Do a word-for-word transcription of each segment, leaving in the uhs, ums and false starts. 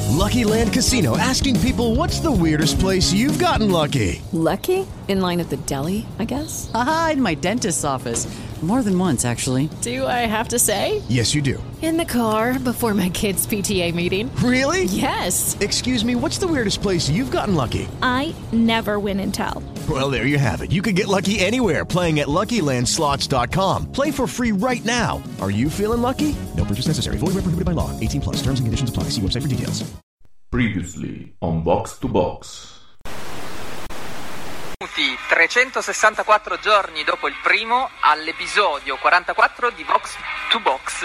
Lucky Land Casino, asking people, what's the weirdest place you've gotten lucky? Lucky? In line at the deli, I guess? Aha, in my dentist's office. More than once, actually. Do I have to say? Yes, you do. In the car before my kids' P T A meeting. Really? Yes. Excuse me, what's the weirdest place you've gotten lucky? I never win and tell. Well, there you have it. You can get lucky anywhere, playing at Lucky Land Slots dot com. Play for free right now. Are you feeling lucky? No purchase necessary. Void where prohibited by law. eighteen plus. Terms and conditions apply. See website for details. Previously on Box to Box. trecentosessantaquattro giorni dopo il primo, all'episodio quarantaquattro di Box to Box.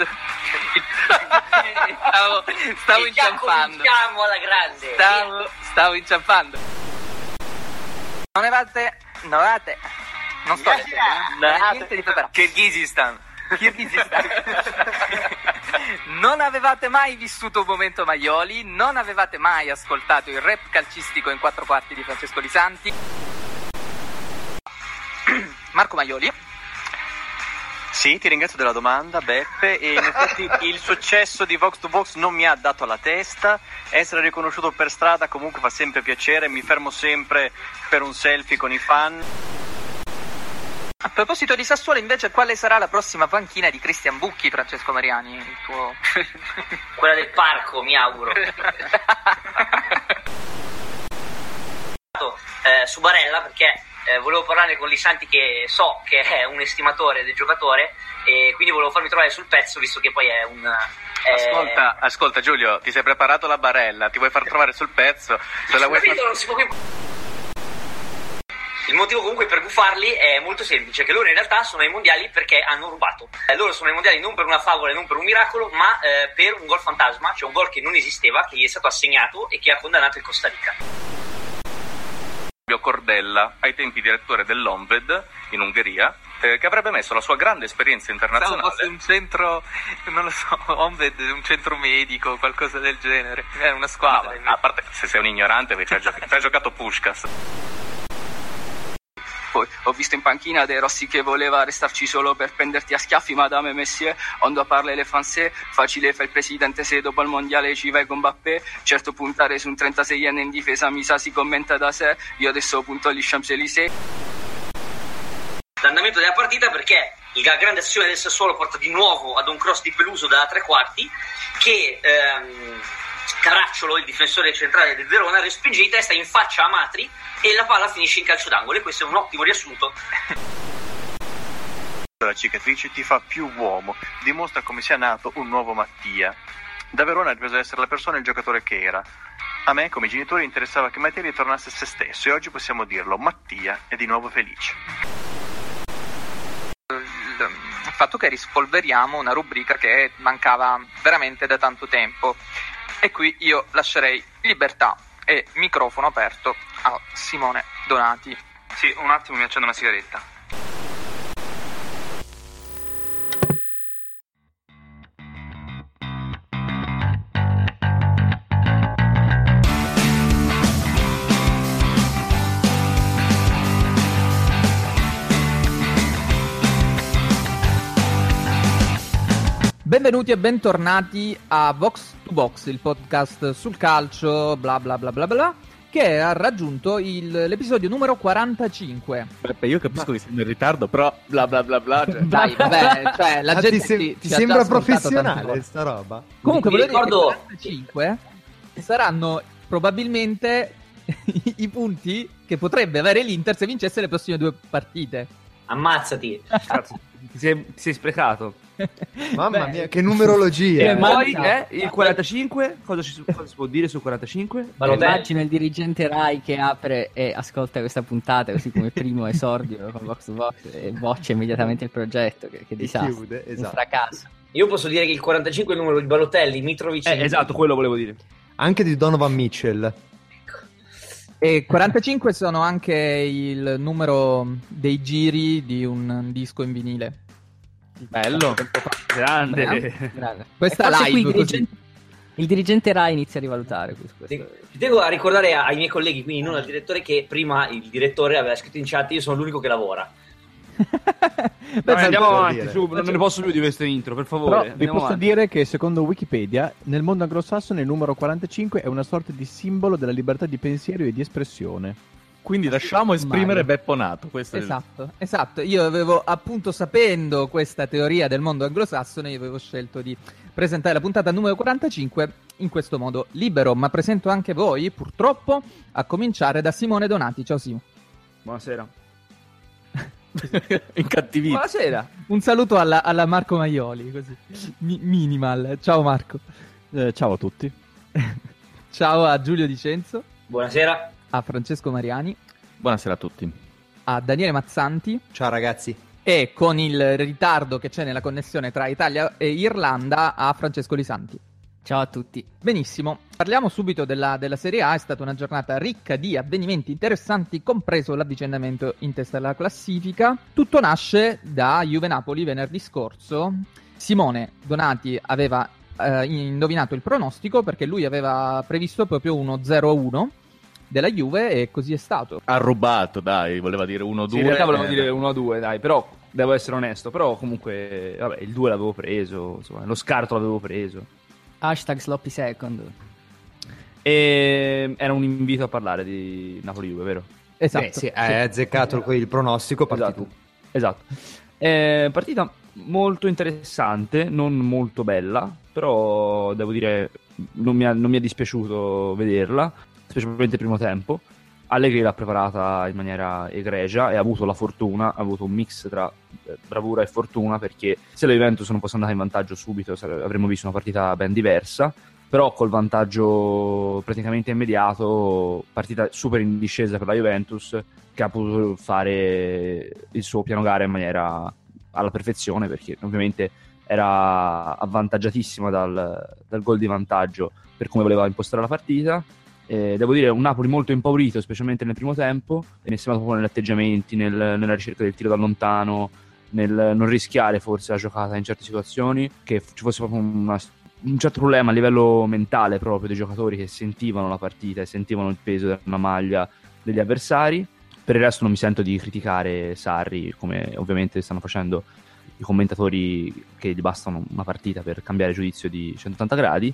stavo stavo e inciampando. Siamo alla grande. Stavo, stavo inciampando. Non avete, non avete, non sto leggendo, non è niente di preparato. Kirghizistan. Kirghizistan. Non avevate mai vissuto un momento Maioli, non avevate mai ascoltato il rap calcistico in quattro quarti di Francesco Lisanti. Marco Maioli. Sì, ti ringrazio della domanda, Beppe, e in effetti il successo di Vox to Vox non mi ha dato alla testa. Essere riconosciuto per strada comunque fa sempre piacere, mi fermo sempre per un selfie con i fan. A proposito di Sassuolo, invece, quale sarà la prossima panchina di Cristian Bucchi, Francesco Mariani? Il tuo... Quella del parco, mi auguro. eh, su Barella, perché eh, volevo parlarne con Lisanti, che so che è un estimatore del giocatore, e quindi volevo farmi trovare sul pezzo, visto che poi è un... Eh... Ascolta, ascolta Giulio, ti sei preparato la barella, ti vuoi far trovare sul pezzo? Se la vuoi far... non si può più... Il motivo comunque per gufarli è molto semplice, che loro in realtà sono ai mondiali perché hanno rubato. Eh, loro sono ai mondiali non per una favola e non per un miracolo, ma eh, per un gol fantasma, cioè un gol che non esisteva, che gli è stato assegnato e che ha condannato il Costa Rica. Fabio Cordella, ai tempi direttore dell'Onved in Ungheria, eh, che avrebbe messo la sua grande esperienza internazionale. Fosse un centro, non lo so, Onved, un centro medico, qualcosa del genere. È una squadra. No, a parte, se sei un ignorante, ci ha giocato, giocato Puskás. Poi ho visto in panchina De Rossi che voleva restarci solo per prenderti a schiaffi, Madame Messier, on doit parler le français, facile fa il presidente se dopo il mondiale ci vai con Mbappé, certo puntare su un trentaseienne in difesa mi sa si commenta da sé, io adesso punto agli Champs-Élysées. L'andamento della partita, perché la grande azione del Sassuolo porta di nuovo ad un cross di Peluso da tre quarti che ehm, Caracciolo, il difensore centrale del Verona, respinge di testa in faccia a Matri e la palla finisce in calcio d'angolo, e questo è un ottimo riassunto. La cicatrice ti fa più uomo, dimostra come sia nato un nuovo Mattia. Da Verona ha ripreso ad essere la persona e il giocatore che era. A me, come genitori, interessava che Mattia ritornasse a se stesso, e oggi possiamo dirlo, Mattia è di nuovo felice. Il fatto che rispolveriamo una rubrica che mancava veramente da tanto tempo, e qui io lascerei libertà e microfono aperto a Simone Donati. Sì, un attimo, mi accendo una sigaretta. Benvenuti e bentornati a Vox to Box, il podcast sul calcio, bla bla bla bla bla, che ha raggiunto il, l'episodio numero quarantacinque. Beppe, io capisco che siamo in ritardo, però bla bla bla bla. Cioè. Dai, vabbè, cioè la ah, gente ti, se- ti, ti ti sembra professionale sta roba? Comunque, mi volevo ricordo... dire che quarantacinque saranno probabilmente i punti che potrebbe avere l'Inter se vincesse le prossime due partite. Ammazzati. Cazzo, ti sei, ti sei sprecato. Mamma Beh, mia, che numerologia. E poi eh, il quarantacinque, cosa, ci, cosa si può dire sul quarantacinque? Immagino il dirigente Rai che apre e ascolta questa puntata così come primo esordio con Vox to Box e boccia immediatamente il progetto, che, che disastro, chiude, esatto. Un fracasso. Io posso dire che il quarantacinque è il numero di Balotelli, Mitrovic. Eh, esatto, quello volevo dire. Anche di Donovan Mitchell. E quarantacinque sono anche il numero dei giri di un disco in vinile. Bello, grande. Grande, grande. Questa Forse live qui il così. dirigente, il dirigente Rai inizia a rivalutare questo. Ci tengo a ricordare ai miei colleghi, quindi non al direttore, che prima il direttore aveva scritto in chat: io sono l'unico che lavora. Beh, andiamo avanti, su, non ne posso più di queste intro, per favore. Però vi posso avanti. dire che secondo Wikipedia nel mondo anglosassone il numero quarantacinque è una sorta di simbolo della libertà di pensiero e di espressione. Quindi lasciamo esprimere Beppo Nato. Questo Esatto, è... esatto. Io avevo, appunto, sapendo questa teoria del mondo anglosassone, io avevo scelto di presentare la puntata numero quarantacinque in questo modo libero, ma presento anche voi, purtroppo, a cominciare da Simone Donati. Ciao Simo. Buonasera. Incattivito. Buonasera. Un saluto alla, alla Marco Maioli, così. Mi- minimal. Ciao Marco. Eh, ciao a tutti. Ciao a Giulio Dicenzo. Buonasera. A Francesco Mariani. Buonasera a tutti. A Daniele Mazzanti. Ciao ragazzi. E con il ritardo che c'è nella connessione tra Italia e Irlanda, a Francesco Lisanti. Ciao a tutti. Benissimo, parliamo subito della, della Serie A. È stata una giornata ricca di avvenimenti interessanti, compreso l'avvicendamento in testa alla classifica. Tutto nasce da Juve-Napoli venerdì scorso. Simone Donati aveva eh, indovinato il pronostico, perché lui aveva previsto proprio uno zero a uno della Juve, e così è stato. Ha rubato, dai, voleva dire uno a due. Sì, in realtà volevo eh, dire uno a due, dai, però devo essere onesto, però comunque, vabbè, il due l'avevo preso, insomma, lo scarto l'avevo preso. Hashtag sloppy second. E era un invito a parlare di Napoli-Juve, vero? Esatto. Eh, sì, hai azzeccato il pronostico, parti Esatto. tu. Esatto. Eh, partita molto interessante, non molto bella, però devo dire non mi ha, non mi è dispiaciuto vederla, specialmente il primo tempo. Allegri l'ha preparata in maniera egregia e ha avuto la fortuna, ha avuto un mix tra bravura e fortuna, perché se la Juventus non fosse andata in vantaggio subito avremmo visto una partita ben diversa, però col vantaggio praticamente immediato, partita super in discesa per la Juventus, che ha potuto fare il suo piano gara in maniera alla perfezione, perché ovviamente era avvantaggiatissima dal, dal gol di vantaggio per come voleva impostare la partita. Eh, devo dire un Napoli molto impaurito, specialmente nel primo tempo, e mi è sembrato proprio negli atteggiamenti, nel, nella ricerca del tiro da lontano, nel non rischiare forse la giocata in certe situazioni, che ci fosse proprio una, un certo problema a livello mentale proprio dei giocatori, che sentivano la partita e sentivano il peso della maglia degli avversari. Per il resto non mi sento di criticare Sarri, come ovviamente stanno facendo i commentatori, che gli bastano una partita per cambiare giudizio di centottanta gradi.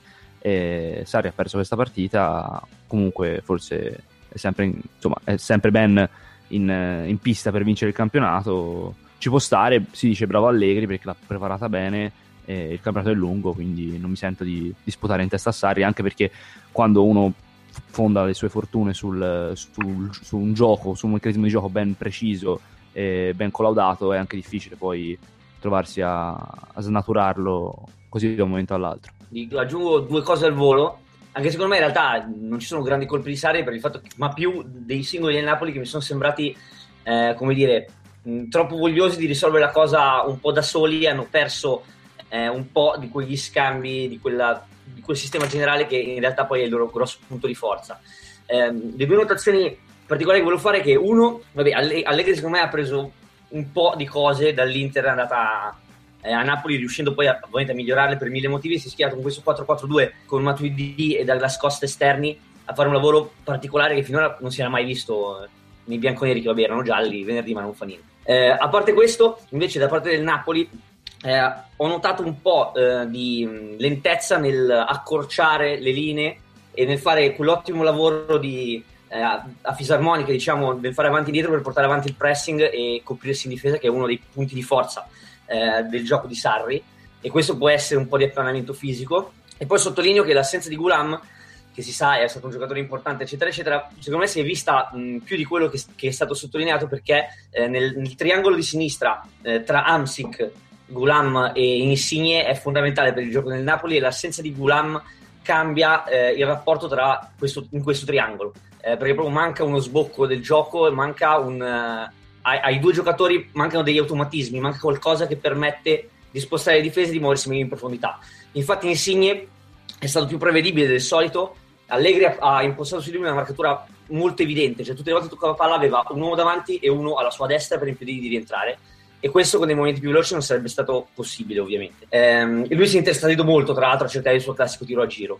E Sarri ha perso questa partita, comunque forse è sempre, insomma, è sempre ben in, in pista per vincere il campionato. Ci può stare, si dice bravo Allegri perché l'ha preparata bene, e il campionato è lungo, quindi non mi sento di, di sputare in testa a Sarri, anche perché quando uno fonda le sue fortune sul, sul, su un gioco, su un meccanismo di gioco ben preciso e ben collaudato, è anche difficile poi trovarsi a, a snaturarlo così da un momento all'altro. Aggiungo due cose al volo, anche secondo me in realtà non ci sono grandi colpi di Sarri per il fatto che, ma più dei singoli del Napoli che mi sono sembrati eh, come dire mh, troppo vogliosi di risolvere la cosa un po' da soli, hanno perso eh, un po' di quegli scambi, di, quella, di quel sistema generale che in realtà poi è il loro grosso punto di forza. Eh, le due notazioni particolari che volevo fare è che uno, vabbè, Allegri secondo me ha preso un po' di cose dall'Inter, è andata a Napoli, riuscendo poi a, ovviamente a migliorarle per mille motivi. Si è schierato con questo quattro quattro due con Matuidi e Douglas Costa esterni a fare un lavoro particolare che finora non si era mai visto nei bianconeri, che vabbè erano gialli venerdì ma non fa niente. Eh, a parte questo, invece, da parte del Napoli eh, ho notato un po' eh, di lentezza nel accorciare le linee e nel fare quell'ottimo lavoro di eh, a fisarmonica, diciamo, nel fare avanti e dietro per portare avanti il pressing e coprirsi in difesa, che è uno dei punti di forza Eh, del gioco di Sarri, e questo può essere un po' di applanamento fisico. E poi sottolineo che l'assenza di Goulam, che si sa è stato un giocatore importante eccetera eccetera, secondo me si è vista mh, più di quello che, che è stato sottolineato, perché eh, nel, nel triangolo di sinistra eh, tra Hamsik, Goulam e Insigne è fondamentale per il gioco del Napoli, e l'assenza di Goulam cambia eh, il rapporto tra questo, in questo triangolo, eh, perché proprio manca uno sbocco del gioco, e manca un uh, Ai, ai due giocatori mancano degli automatismi, manca qualcosa che permette di spostare le difese e di muoversi meglio in profondità. Infatti Insigne è stato più prevedibile del solito. Allegri ha, ha impostato su di lui una marcatura molto evidente, cioè tutte le volte che toccava palla aveva un uomo davanti e uno alla sua destra per impedirgli di rientrare, e questo con dei momenti più veloci non sarebbe stato possibile ovviamente. Ehm, e lui si è interessato molto tra l'altro a cercare il suo classico tiro a giro.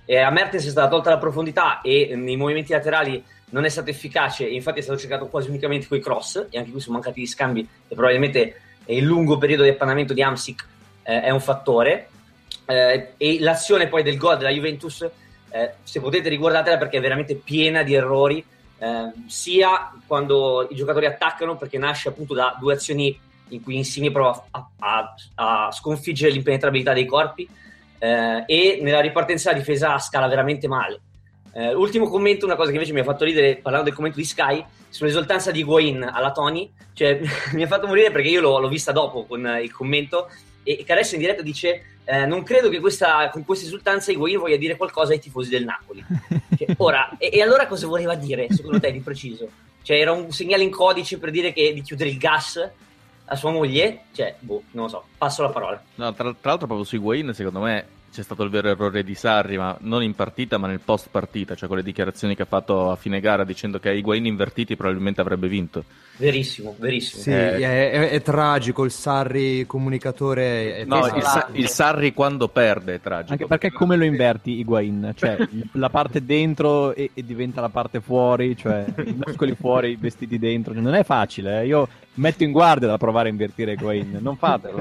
eh, a Mertens è stata tolta la profondità e nei movimenti laterali non è stato efficace, e infatti è stato cercato quasi unicamente coi cross, e anche qui sono mancati gli scambi, e probabilmente il lungo periodo di appannamento di Hamsik eh, è un fattore, eh, e l'azione poi del gol della Juventus, eh, se potete riguardatela, perché è veramente piena di errori, eh, sia quando i giocatori attaccano, perché nasce appunto da due azioni in cui Insigne prova a, a, a sconfiggere l'impenetrabilità dei corpi, eh, e nella ripartenza la difesa scala veramente male. Eh, ultimo commento, una cosa che invece mi ha fatto ridere parlando del commento di Sky sull'esultanza di Higuaín alla Toni, cioè mi ha fatto morire perché io l'ho, l'ho vista dopo con eh, il commento, e Caresso in diretta dice eh, non credo che questa, con questa esultanza Higuaín voglia dire qualcosa ai tifosi del Napoli. Cioè, ora, e, e allora cosa voleva dire secondo te di preciso? Cioè era un segnale in codice per dire che di chiudere il gas a sua moglie? Cioè, boh, non lo so, passo la parola. No, tra, tra l'altro proprio su Higuaín secondo me c'è stato il vero errore di Sarri, ma non in partita ma nel post partita, cioè con le dichiarazioni che ha fatto a fine gara dicendo che a Higuaín invertiti probabilmente avrebbe vinto. Verissimo, verissimo. Sì, Eh. è, è- è tragico il Sarri comunicatore. È No, pesante. il, Sa- il Sarri quando perde è tragico. Anche perché come lo inverti Higuaín? Cioè la parte dentro e, e diventa la parte fuori, cioè i muscoli fuori, i vestiti dentro. Non è facile, eh. Io metto in guardia da provare a invertire Higuaín, non fatelo.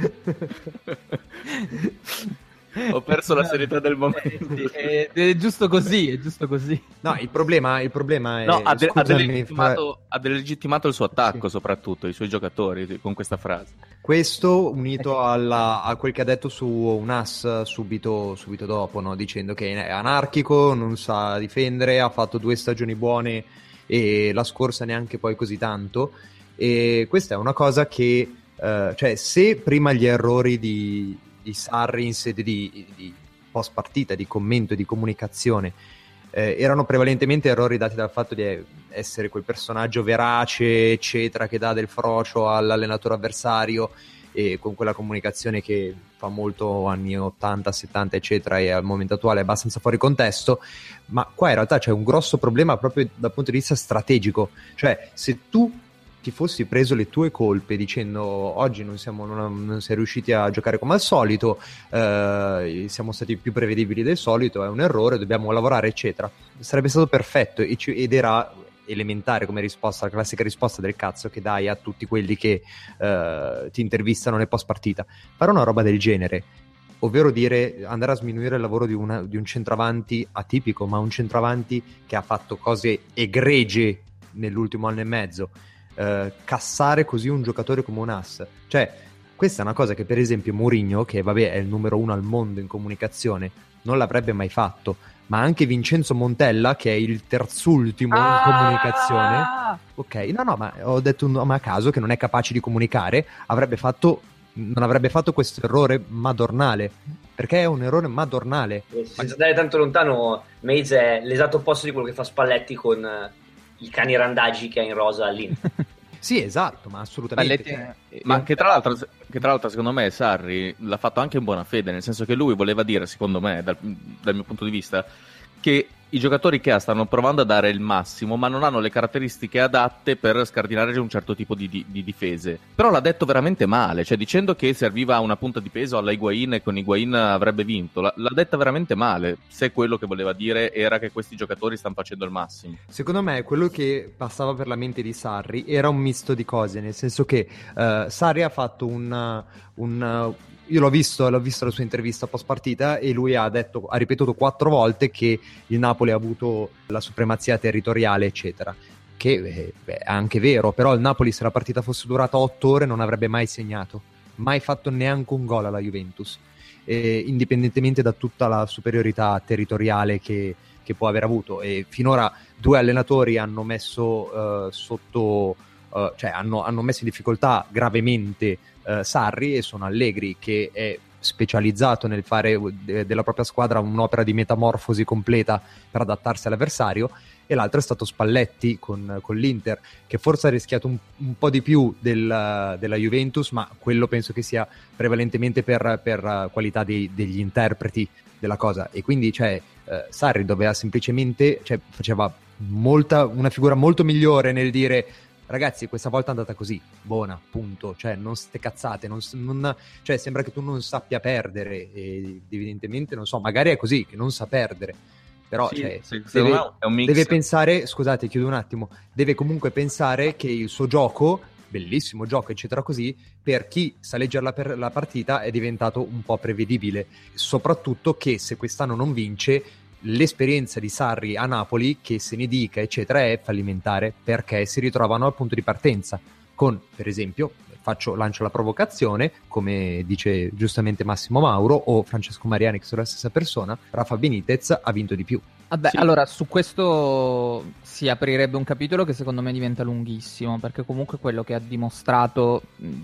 Ho perso la serietà del momento. È, è giusto così, è giusto così. No, il problema, il problema è... No, ha, de- ha scusami, delegittimato, ha delegittimato il suo attacco, soprattutto i suoi giocatori, con questa frase. Questo unito alla, a quel che ha detto su un as subito, subito dopo, no? Dicendo che è anarchico, non sa difendere, ha fatto due stagioni buone e la scorsa neanche poi così tanto, e questa è una cosa che eh, cioè se prima gli errori di, di Sarri in sede di, di post partita, di commento, di comunicazione eh, erano prevalentemente errori dati dal fatto di essere quel personaggio verace eccetera, che dà del frocio all'allenatore avversario, e con quella comunicazione che fa molto anni ottanta, settanta eccetera, e al momento attuale è abbastanza fuori contesto, ma qua in realtà c'è un grosso problema proprio dal punto di vista strategico. Cioè se tu ti fossi preso le tue colpe dicendo oggi non siamo non, non sei riusciti a giocare come al solito, eh, siamo stati più prevedibili del solito, è un errore, dobbiamo lavorare eccetera, sarebbe stato perfetto, e ci, ed era elementare come risposta, la classica risposta del cazzo che dai a tutti quelli che eh, ti intervistano nel post partita. Fare una roba del genere, ovvero dire andare a sminuire il lavoro di, una, di un centravanti atipico, ma un centravanti che ha fatto cose egregie nell'ultimo anno e mezzo, eh, cassare così un giocatore come un ass, cioè questa è una cosa che per esempio Mourinho, che vabbè è il numero uno al mondo in comunicazione, non l'avrebbe mai fatto, ma anche Vincenzo Montella, che è il terzultimo Ah! in comunicazione, ok, no no, ma ho detto un nome a caso che non è capace di comunicare, avrebbe fatto non avrebbe fatto questo errore madornale, perché è un errore madornale. Senza andare tanto lontano, Maze è l'esatto opposto di quello che fa Spalletti con eh, i cani randagi che ha in rosa all'Inter. Sì, esatto, ma assolutamente. Spalletti- Ma che tra l'altro, che tra l'altro secondo me Sarri l'ha fatto anche in buona fede, nel senso che lui voleva dire, secondo me, dal, dal mio punto di vista, che i giocatori che ha stanno provando a dare il massimo, ma non hanno le caratteristiche adatte per scardinare un certo tipo di, di, di difese. Però l'ha detto veramente male, cioè dicendo che serviva una punta di peso alla Higuaín e con Higuaín avrebbe vinto. L'ha, l'ha detta veramente male, se quello che voleva dire era che questi giocatori stanno facendo il massimo. Secondo me quello che passava per la mente di Sarri era un misto di cose, nel senso che uh, Sarri ha fatto un... un io l'ho visto, l'ho visto la sua intervista post partita, e lui ha detto, ha ripetuto quattro volte che il Napoli ha avuto la supremazia territoriale eccetera, che eh, beh, è anche vero, però il Napoli, se la partita fosse durata otto ore, non avrebbe mai segnato, mai fatto neanche un gol alla Juventus, eh, indipendentemente da tutta la superiorità territoriale che, che può aver avuto. E finora due allenatori hanno messo uh, sotto uh, cioè hanno, hanno messo in difficoltà gravemente Uh, Sarri, e sono Allegri, che è specializzato nel fare de- della propria squadra un'opera di metamorfosi completa per adattarsi all'avversario, e l'altro è stato Spalletti con, con l'Inter, che forse ha rischiato un, un po' di più del, della Juventus, ma quello penso che sia prevalentemente per, per qualità dei, degli interpreti della cosa. E quindi cioè, uh, Sarri doveva semplicemente, cioè, faceva molta, una figura molto migliore nel dire ragazzi, questa volta è andata così, buona, punto, cioè non ste cazzate, non, non, cioè sembra che tu non sappia perdere, e evidentemente, non so, magari è così, che non sa perdere, però sì, cioè, sì, deve, è un mix. deve pensare, scusate, chiudo un attimo, deve comunque pensare che il suo gioco, bellissimo gioco, eccetera così, per chi sa leggere la, per, la partita è diventato un po' prevedibile, soprattutto che se quest'anno non vince, l'esperienza di Sarri a Napoli, che se ne dica eccetera, è fallimentare, perché si ritrovano al punto di partenza con, per esempio, faccio, lancio la provocazione, come dice giustamente Massimo Mauro o Francesco Mariani, che sono la stessa persona, Rafa Benitez ha vinto di più. Vabbè, Sì. allora su questo si aprirebbe un capitolo che secondo me diventa lunghissimo, perché comunque quello che ha dimostrato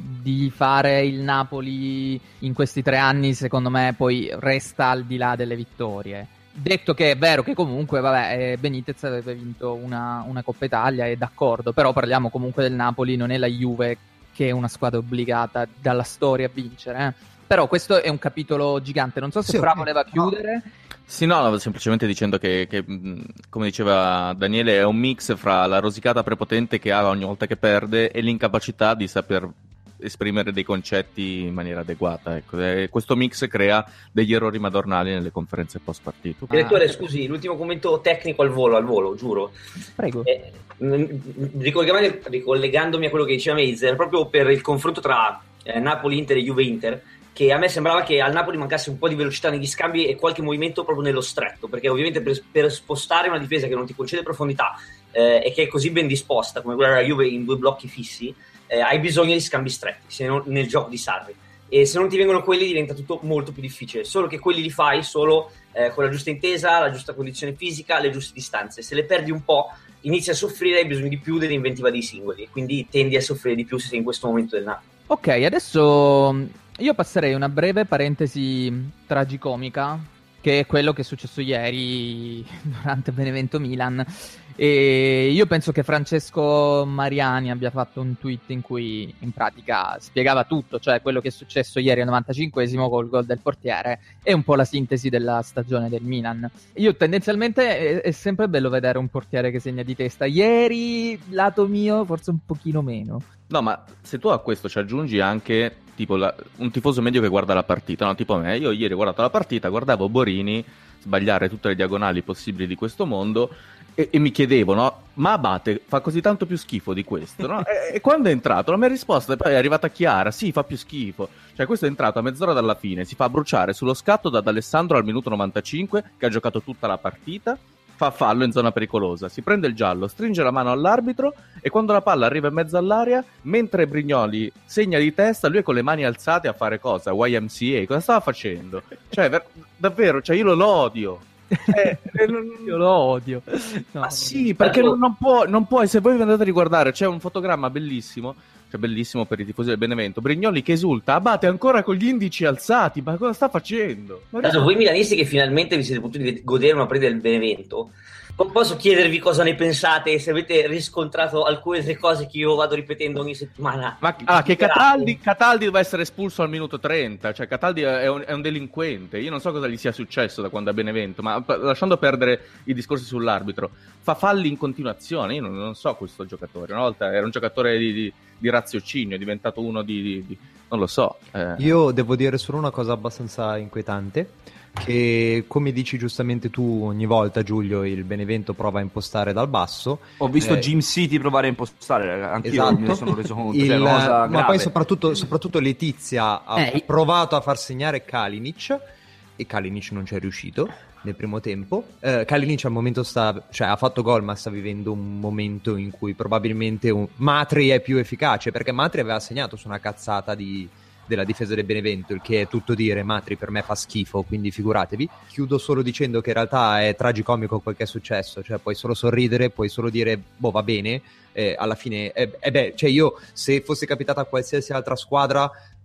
di fare il Napoli in questi tre anni, secondo me poi resta al di là delle vittorie. Detto che è vero che comunque, vabbè, Benitez aveva vinto una, una Coppa Italia, è d'accordo, però parliamo comunque del Napoli, non è la Juve che è una squadra obbligata dalla storia a vincere, eh. Però questo è un capitolo gigante, non so se Sì, Fra ok. voleva chiudere. Sì, no, semplicemente dicendo che, che, mh, come diceva Daniele, è un mix fra la rosicata prepotente che ha ogni volta che perde e l'incapacità di saper esprimere dei concetti in maniera adeguata. Ecco. E questo mix crea degli errori madornali nelle conferenze post partito. Direttore, scusi, l'ultimo commento tecnico al volo, al volo, giuro. Prego. Eh, ricollegandomi, ricollegandomi a quello che diceva Meizer, proprio per il confronto tra eh, Napoli, Inter e Juve Inter, che a me sembrava che al Napoli mancasse un po' di velocità negli scambi e qualche movimento proprio nello stretto, perché ovviamente per, per spostare una difesa che non ti concede profondità eh, e che è così ben disposta come quella della Juve in due blocchi fissi, eh, hai bisogno di scambi stretti, se non nel gioco di Sarri. E se non ti vengono quelli diventa tutto molto più difficile, solo che quelli li fai solo eh, con la giusta intesa, la giusta condizione fisica, le giuste distanze. Se le perdi un po' inizi a soffrire, hai bisogno di più dell'inventiva dei singoli, e quindi tendi a soffrire di più se sei in questo momento del Napoli. Ok, adesso io passerei una breve parentesi tragicomica, che è quello che è successo ieri durante Benevento Milan. E io penso che Francesco Mariani abbia fatto un tweet in cui in pratica spiegava tutto, cioè quello che è successo ieri al novantacinquesimo col gol del portiere è un po' la sintesi della stagione del Milan. Io tendenzialmente è, è sempre bello vedere un portiere che segna di testa. Ieri, lato mio, forse un pochino meno. No, ma se tu a questo ci aggiungi anche tipo la, un tifoso medio che guarda la partita, no? Tipo me, io ieri ho guardato la partita, guardavo Borini sbagliare tutte le diagonali possibili di questo mondo e, e mi chiedevo, no? Ma Abate fa così tanto più schifo di questo, no? e, e quando è entrato la mia risposta poi è arrivata chiara, sì, fa più schifo. Cioè questo è entrato a mezz'ora dalla fine, si fa bruciare sullo scatto da D'Alessandro al minuto novantacinque, che ha giocato tutta la partita, fa fallo in zona pericolosa, si prende il giallo, stringe la mano all'arbitro e quando la palla arriva in mezzo all'area, mentre Brignoli segna di testa, lui è con le mani alzate a fare cosa? Y M C A, cosa stava facendo? Cioè, ver- davvero, cioè io lo, lo odio. Eh, io lo odio. No, ma sì, perché non, non, può, non puoi, se voi andate a riguardare, c'è un fotogramma bellissimo, cioè bellissimo per i tifosi del Benevento, Brignoli che esulta, Abate ancora con gli indici alzati, ma cosa sta facendo? Ma Adesso, voi milanisti che finalmente vi siete potuti godere una partita del Benevento, posso chiedervi cosa ne pensate e se avete riscontrato alcune delle cose che io vado ripetendo ogni settimana? Ma ah, che Cataldi, Cataldi deve essere espulso al minuto trenta, cioè Cataldi è un, è un delinquente, io non so cosa gli sia successo da quando è a Benevento, ma lasciando perdere i discorsi sull'arbitro, fa falli in continuazione, io non, non so questo giocatore, una volta era un giocatore di, di, di raziocinio, è diventato uno di, di, di non lo so. Eh. Io devo dire solo una cosa abbastanza inquietante, che come dici giustamente tu ogni volta, Giulio, il Benevento prova a impostare dal basso. Ho visto eh, Jim City provare a impostare, anche esatto. io me ne sono reso conto, il, cioè, una cosa ma grave. poi soprattutto, soprattutto Letizia ha Eh, provato a far segnare Kalinic e Kalinic non ci è riuscito nel primo tempo. eh, Kalinic al momento sta, cioè ha fatto gol ma sta vivendo un momento in cui probabilmente un... Matri è più efficace, perché Matri aveva segnato su una cazzata di della difesa del Benevento, il che è tutto dire. Matri per me fa schifo, quindi figuratevi. Chiudo solo dicendo che in realtà è tragicomico quel che è successo, cioè puoi solo sorridere, puoi solo dire boh, va bene, eh, alla fine eh, eh beh, cioè io se fosse capitata a qualsiasi altra squadra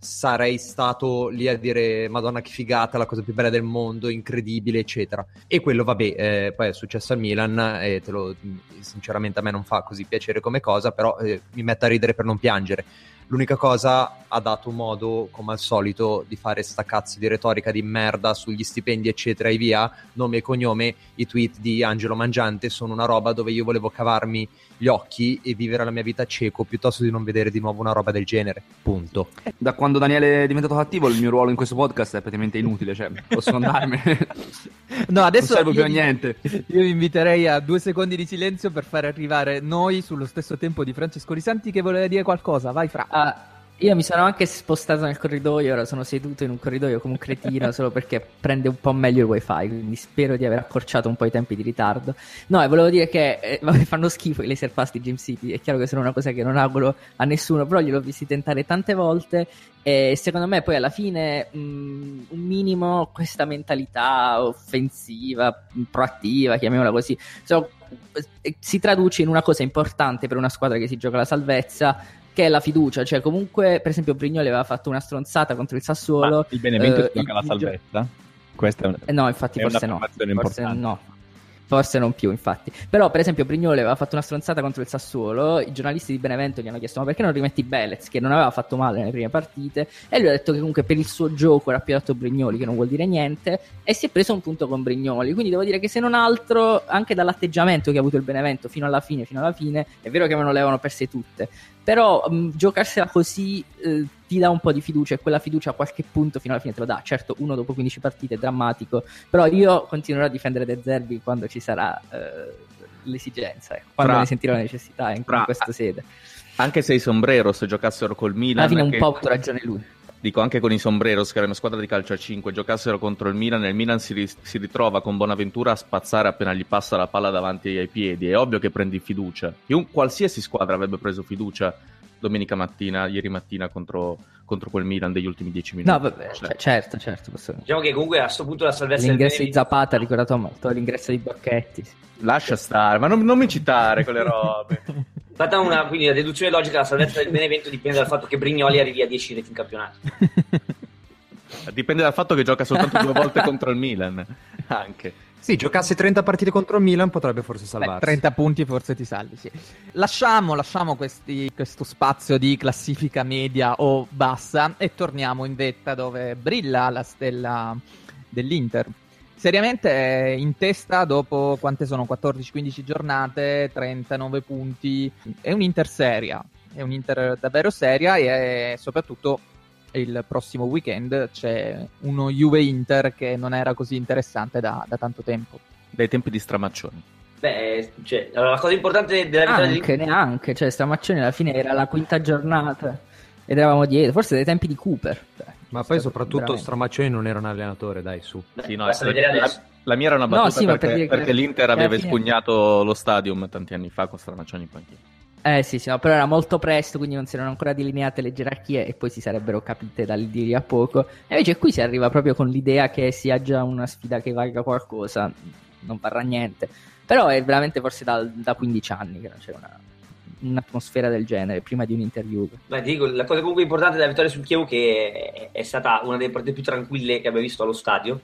sarei stato lì a dire Madonna che figata, la cosa più bella del mondo, incredibile, eccetera. E quello vabbè, eh, poi è successo al Milan e te lo, sinceramente a me non fa così piacere come cosa, però eh, mi metto a ridere per non piangere. L'unica cosa, ha dato modo, come al solito, di fare sta cazzo di retorica di merda sugli stipendi eccetera e via, nome e cognome. I tweet di Angelo Mangiante sono una roba dove io volevo cavarmi gli occhi e vivere la mia vita cieco piuttosto di non vedere di nuovo una roba del genere, punto. Da quando Daniele è diventato cattivo il mio ruolo in questo podcast è praticamente inutile, cioè posso andarmene. No, adesso non serve più a io- niente. Io vi inviterei a due secondi di silenzio per fare arrivare noi sullo stesso tempo di Francesco Risanti che voleva dire qualcosa. Vai Fra. Ah, io mi sono anche spostato nel corridoio, ora sono seduto in un corridoio come un cretino solo perché prende un po' meglio il wifi, quindi spero di aver accorciato un po' i tempi di ritardo. No, e volevo dire che eh, vabbè, fanno schifo i laser pass di Game City, è chiaro che sono una cosa che non auguro a nessuno, però gliel'ho visti tentare tante volte e secondo me poi alla fine mh, un minimo questa mentalità offensiva, proattiva, chiamiamola così, so, eh, si traduce in una cosa importante per una squadra che si gioca la salvezza, che è la fiducia. Cioè comunque per esempio Brignoli aveva fatto una stronzata contro il Sassuolo. Ma il Benevento eh, si gioca la il- salvezza? Questa è un- eh, no, infatti è forse no. un'affermazione Forse importante. no. Forse non più, infatti. Però, per esempio, Brignoli aveva fatto una stronzata contro il Sassuolo. I giornalisti di Benevento gli hanno chiesto: ma perché non rimetti Belez, che non aveva fatto male nelle prime partite? E lui ha detto che comunque per il suo gioco era più adatto Brignoli, che non vuol dire niente. E si è preso un punto con Brignoli. Quindi devo dire che, se non altro, anche dall'atteggiamento che ha avuto il Benevento fino alla fine, fino alla fine, è vero che me ne levano perse tutte. Però mh, giocarsela così eh, ti dà un po' di fiducia, e quella fiducia a qualche punto fino alla fine te lo dà. Certo, uno dopo quindici partite è drammatico, però io continuerò a difendere De Zerbi quando ci sarà eh, l'esigenza, ecco, quando Fra- ne sentirò la necessità in, Fra- in questa sede. Anche se i Sombreros giocassero col Milan, Alla fine un che- po' ha avuto ragione lui. dico anche con i Sombreros, che era una squadra di calcio a cinque, giocassero contro il Milan, e il Milan si, ri- si ritrova con Bonaventura a spazzare appena gli passa la palla davanti ai piedi. È ovvio che prendi fiducia. Chiun- qualsiasi squadra avrebbe preso fiducia domenica mattina, ieri mattina contro, contro quel Milan degli ultimi dieci minuti. No, vabbè, Cioè, c- certo, certo. Posso... Diciamo che comunque a questo punto la salvezza del L'ingresso di Benevento- Zapata ha ricordato molto l'ingresso di Bocchetti. lascia stare, ma non, non mi citare quelle robe. Fatta una, quindi la deduzione logica, la salvezza del Benevento dipende dal fatto che Brignoli arrivi a dieci reti in campionato. Dipende dal fatto che gioca soltanto due volte contro il Milan. Anche. Sì, giocasse trenta partite contro il Milan potrebbe forse Beh, salvarsi. trenta punti forse ti salvi, sì. Lasciamo, lasciamo questi- questo spazio di classifica media o bassa e torniamo in vetta dove brilla la stella dell'Inter. Seriamente è in testa dopo quante sono? quattordici quindici giornate, trentanove punti. È un'Inter seria, è un'Inter davvero seria, e soprattutto il prossimo weekend c'è uno Juve-Inter che non era così interessante da, da tanto tempo. Dai tempi di Stramaccioni. Beh, cioè, allora, la cosa importante della vittoria Anche, dell'Inter... neanche, cioè Stramaccioni alla fine era la quinta giornata ed eravamo dietro, forse dai tempi di Cooper. Cioè, Ma è poi stato soprattutto veramente- Stramaccioni non era un allenatore, dai, su. Sì, no, basta la, vedere la- adesso. la mia era una No, battuta sì, ma perché, per dire che- perché l'Inter che alla aveva fine- espugnato lo stadium tanti anni fa con Stramaccioni in panchina. Eh sì, sì, no, però era molto presto, quindi non si erano ancora delineate le gerarchie e poi si sarebbero capite da lì a poco. E invece qui si arriva proprio con l'idea che sia già una sfida che valga qualcosa, non varrà niente. Però è veramente forse da, da quindici anni che non c'è una, un'atmosfera del genere, prima di un interview. Beh, ti dico, la cosa comunque importante della vittoria sul Chievo, che è, è stata una delle partite più tranquille che abbia visto allo stadio,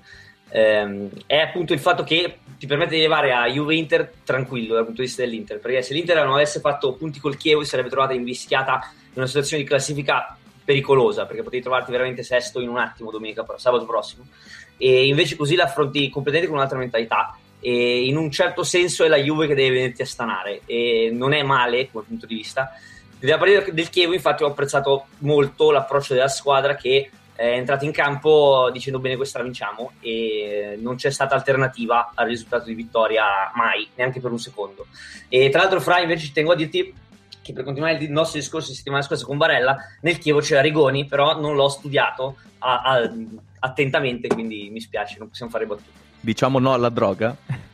ehm, è appunto il fatto che ti permette di arrivare a Juve-Inter tranquillo dal punto di vista dell'Inter, perché se l'Inter non avesse fatto punti col Chievo si sarebbe trovata invischiata in una situazione di classifica pericolosa, perché potevi trovarti veramente sesto in un attimo domenica, sabato prossimo, e invece così l'affronti completamente con un'altra mentalità, e in un certo senso è la Juve che deve venirti a stanare, e non è male come punto di vista. Della partita del Chievo infatti ho apprezzato molto l'approccio della squadra, che è entrata in campo dicendo bene, questa la vinciamo, e non c'è stata alternativa al risultato di vittoria mai, neanche per un secondo. E tra l'altro, Fra, invece ci tengo a dirti che, per continuare il nostro discorso di settimana scorsa con Barella, nel Chievo c'era Rigoni, però non l'ho studiato a, a, attentamente, quindi mi spiace, non possiamo fare battute. Diciamo no alla droga.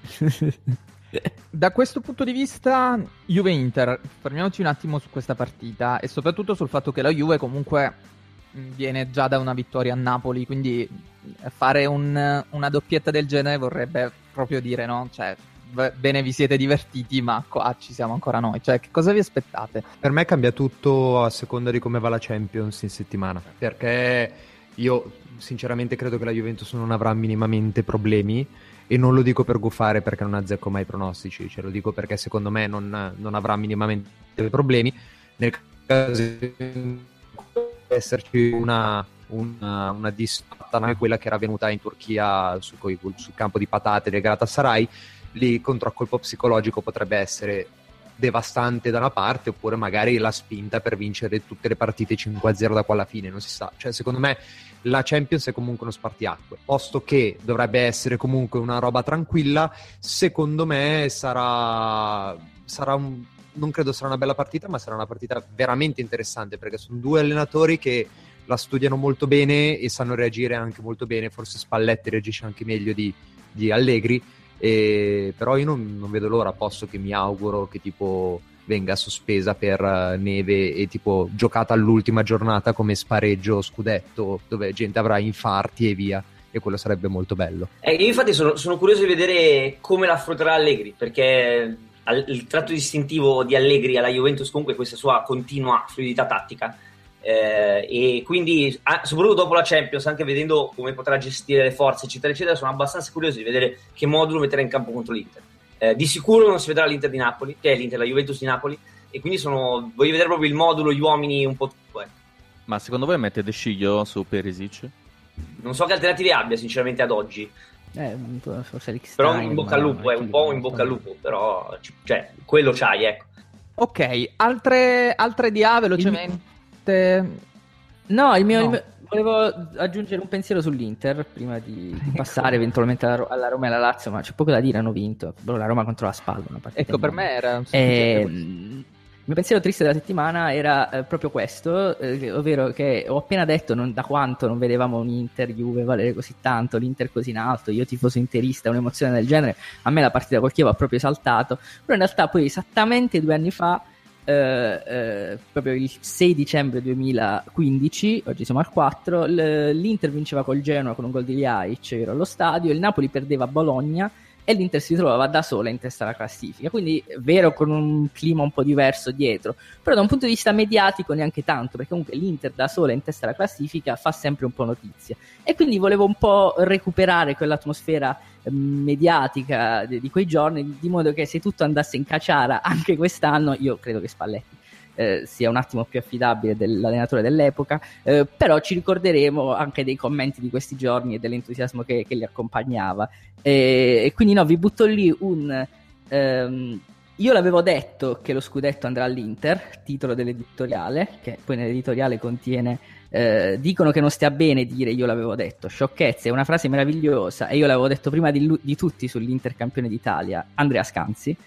Da questo punto di vista, Juve-Inter, fermiamoci un attimo su questa partita e soprattutto sul fatto che la Juve comunque mh, viene già da una vittoria a Napoli, quindi fare un- una doppietta del genere vorrebbe proprio dire, no? Cioè, v- bene vi siete divertiti, ma qua ci siamo ancora noi. Cioè, che cosa vi aspettate? Per me cambia tutto a seconda di come va la Champions in settimana, perché io sinceramente credo che la Juventus non avrà minimamente problemi, e non lo dico per gufare perché non azzecco mai i pronostici, ce lo dico perché secondo me non, non avrà minimamente problemi. Nel caso di esserci una, una, una disfatta come quella che era venuta in Turchia su, sul campo di patate del Galatasaray, lì contraccolpo psicologico potrebbe essere devastante da una parte, oppure magari la spinta per vincere tutte le partite cinque a zero da qua alla fine, non si sa. Cioè, secondo me la Champions è comunque uno spartiacque, posto che dovrebbe essere comunque una roba tranquilla. Secondo me sarà sarà un, non credo sarà una bella partita, ma sarà una partita veramente interessante, perché sono due allenatori che la studiano molto bene e sanno reagire anche molto bene. Forse Spalletti reagisce anche meglio di, di Allegri. E però io non, non vedo l'ora, posto che mi auguro che tipo venga sospesa per uh, neve e tipo giocata all'ultima giornata come spareggio scudetto, dove gente avrà infarti e via, e quello sarebbe molto bello. Eh, io infatti sono, sono curioso di vedere come la affronterà Allegri, perché al, il tratto distintivo di Allegri alla Juventus comunque è questa sua continua fluidità tattica. Eh, e quindi ah, soprattutto dopo la Champions, anche vedendo come potrà gestire le forze eccetera eccetera, sono abbastanza curioso di vedere che modulo metterà in campo contro l'Inter. Eh, di sicuro non si vedrà l'Inter di Napoli, che è l'Inter, la Juventus di Napoli, e quindi sono, voglio vedere proprio il modulo, gli uomini, un po' tutto. Eh. Ma secondo voi mette De Sciglio su Perisic? Non so che alternative abbia sinceramente ad oggi, eh, forse però in bocca al lupo, è eh, un po' in bocca al lupo, però cioè, quello c'hai, ecco. Ok, altre, altre di A velocemente. No, il mio, No. il mio- volevo aggiungere un pensiero sull'Inter prima di, di passare eventualmente alla, Ro- alla Roma e alla Lazio, ma c'è poco da dire, hanno vinto. Però la Roma contro la Spal, una partita Ecco, per enorme. me era un Eh, semplice- il mio pensiero triste della settimana era eh, proprio questo, eh, ovvero che ho appena detto non, da quanto non vedevamo un Inter Juve valere così tanto, l'Inter così in alto, io tifoso interista, un'emozione del genere, a me la partita col Chievo ha proprio esaltato, però in realtà poi esattamente due anni fa, eh, eh, proprio il sei dicembre duemilaquindici, oggi siamo al quattro, l- l'Inter vinceva col Genoa con un gol di Ljajic, io ero allo stadio, il Napoli perdeva a Bologna e l'Inter si trovava da sola in testa alla classifica, quindi è vero, con un clima un po' diverso dietro, però da un punto di vista mediatico neanche tanto, perché comunque l'Inter da sola in testa alla classifica fa sempre un po' notizia, e quindi volevo un po' recuperare quell'atmosfera eh, mediatica di, di quei giorni, di modo che se tutto andasse in caciara anche quest'anno, io credo che Spalletti Eh, sia un attimo più affidabile dell'allenatore dell'epoca, eh, però ci ricorderemo anche dei commenti di questi giorni e dell'entusiasmo che, che li accompagnava, e, e quindi no, vi butto lì un ehm, io l'avevo detto che lo scudetto andrà all'Inter, titolo dell'editoriale, che poi nell'editoriale contiene eh, dicono che non stia bene dire io l'avevo detto, sciocchezze, è una frase meravigliosa, e io l'avevo detto prima di, lu- di tutti sull'Inter campione d'Italia, Andrea Scanzi.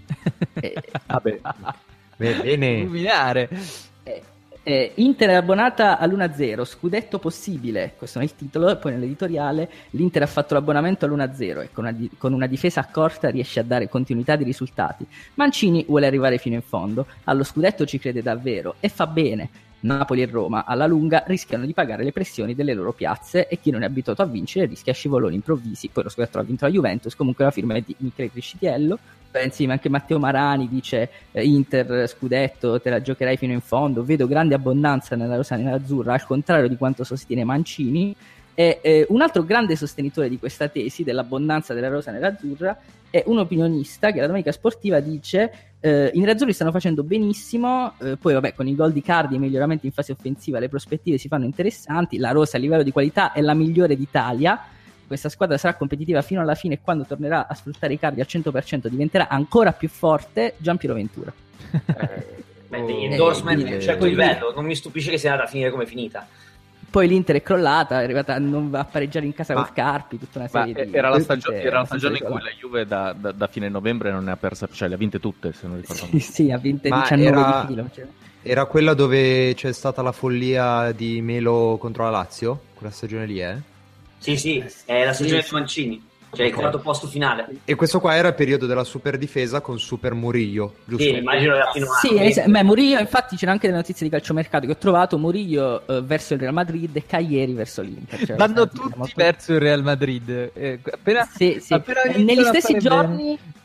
E, Vabbè. Bene. Illuminare. Eh, eh, Inter è abbonata all'uno a zero, scudetto possibile, questo è il titolo, e poi nell'editoriale l'Inter ha fatto l'abbonamento all'uno a zero e con una, di- con una difesa accorta riesce a dare continuità di risultati. Mancini vuole arrivare fino in fondo, allo scudetto ci crede davvero e fa bene. Napoli e Roma alla lunga rischiano di pagare le pressioni delle loro piazze, e chi non è abituato a vincere rischia scivoloni improvvisi. Poi lo scudetto l'ha vinto la Juventus, comunque la firma è di Michele Criscitiello. Insieme anche Matteo Marani dice eh, Inter scudetto te la giocherai fino in fondo, vedo grande abbondanza nella rosa e nell'azzurra, al contrario di quanto sostiene Mancini. E eh, un altro grande sostenitore di questa tesi dell'abbondanza della rosa e nell'azzurra è un opinionista che alla Domenica Sportiva dice eh, i nerazzurri stanno facendo benissimo, eh, poi vabbè, con i gol di Cardi e i miglioramenti in fase offensiva le prospettive si fanno interessanti, la rosa a livello di qualità è la migliore d'Italia, questa squadra sarà competitiva fino alla fine e quando tornerà a sfruttare i Cardi al cento per cento diventerà ancora più forte. Giampiero Ventura. Eh, beh, Oh, degli endorsement quindi, di un certo eh, livello, non mi stupisce che sia andata a finire come è finita. Poi l'Inter è crollata, è arrivata a non a pareggiare in casa Ma- col Carpi, tutta una Ma serie di... era la, di- stagio- di- era la abbastanza stagione in cui isolate. la Juve da, da- da fine novembre non ne ha persa, cioè le ha vinte tutte, se non ricordo Sì, sì, ha vinto Ma diciannove era- di filo. Cioè. Era quella dove c'è stata la follia di Melo contro la Lazio? Quella stagione lì, eh? Sì, sì, è la stagione Sì, di Mancini, cioè il quarto posto finale. E questo qua era il periodo della super difesa con Super Murillo, giusto? Sì, immagino era fino a... Sì, es- beh, Murillo, infatti c'erano anche delle notizie di calciomercato che ho trovato, Murillo eh, verso il Real Madrid e Cagliari verso l'Inter. Cioè, Vanno stati- tutti molto- verso il Real Madrid. Eh, appena, Sì, sì. appena Eh, iniziano negli a stessi fare giorni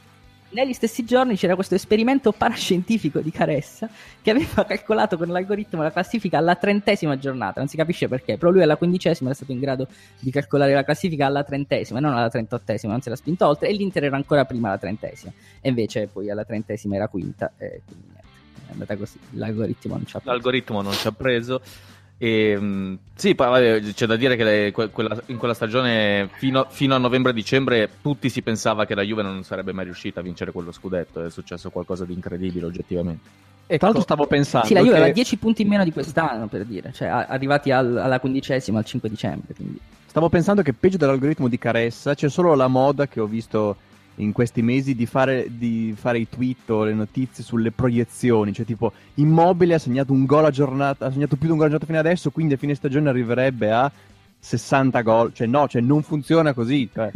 negli stessi giorni c'era questo esperimento parascientifico di Caressa che aveva calcolato con l'algoritmo la classifica alla trentesima giornata, non si capisce perché, però lui alla quindicesima era stato in grado di calcolare la classifica alla trentesima, non alla trentottesima, non se l'ha spinto oltre, e l'Inter era ancora prima alla trentesima, e invece poi alla trentesima era quinta, e quindi niente, è andata così, l'algoritmo non ci ha preso. L'algoritmo non ci ha preso. E, mh, sì, poi vabbè, c'è da dire che le, que, quella, in quella stagione fino, fino a novembre-dicembre tutti si pensava che la Juve non sarebbe mai riuscita a vincere quello scudetto. È successo qualcosa di incredibile oggettivamente. E tra l'altro stavo pensando sì, la Juve che... aveva dieci punti in meno di quest'anno, per dire, cioè a- arrivati al, alla quindicesima, al cinque dicembre, quindi. Stavo pensando che peggio dell'algoritmo di Caressa c'è solo la moda che ho visto in questi mesi di fare, di fare i tweet o le notizie sulle proiezioni, cioè tipo Immobile ha segnato un gol a giornata, ha segnato più di un gol a giornata fino adesso, quindi a fine stagione arriverebbe a sessanta gol, cioè no, cioè non funziona così, cioè.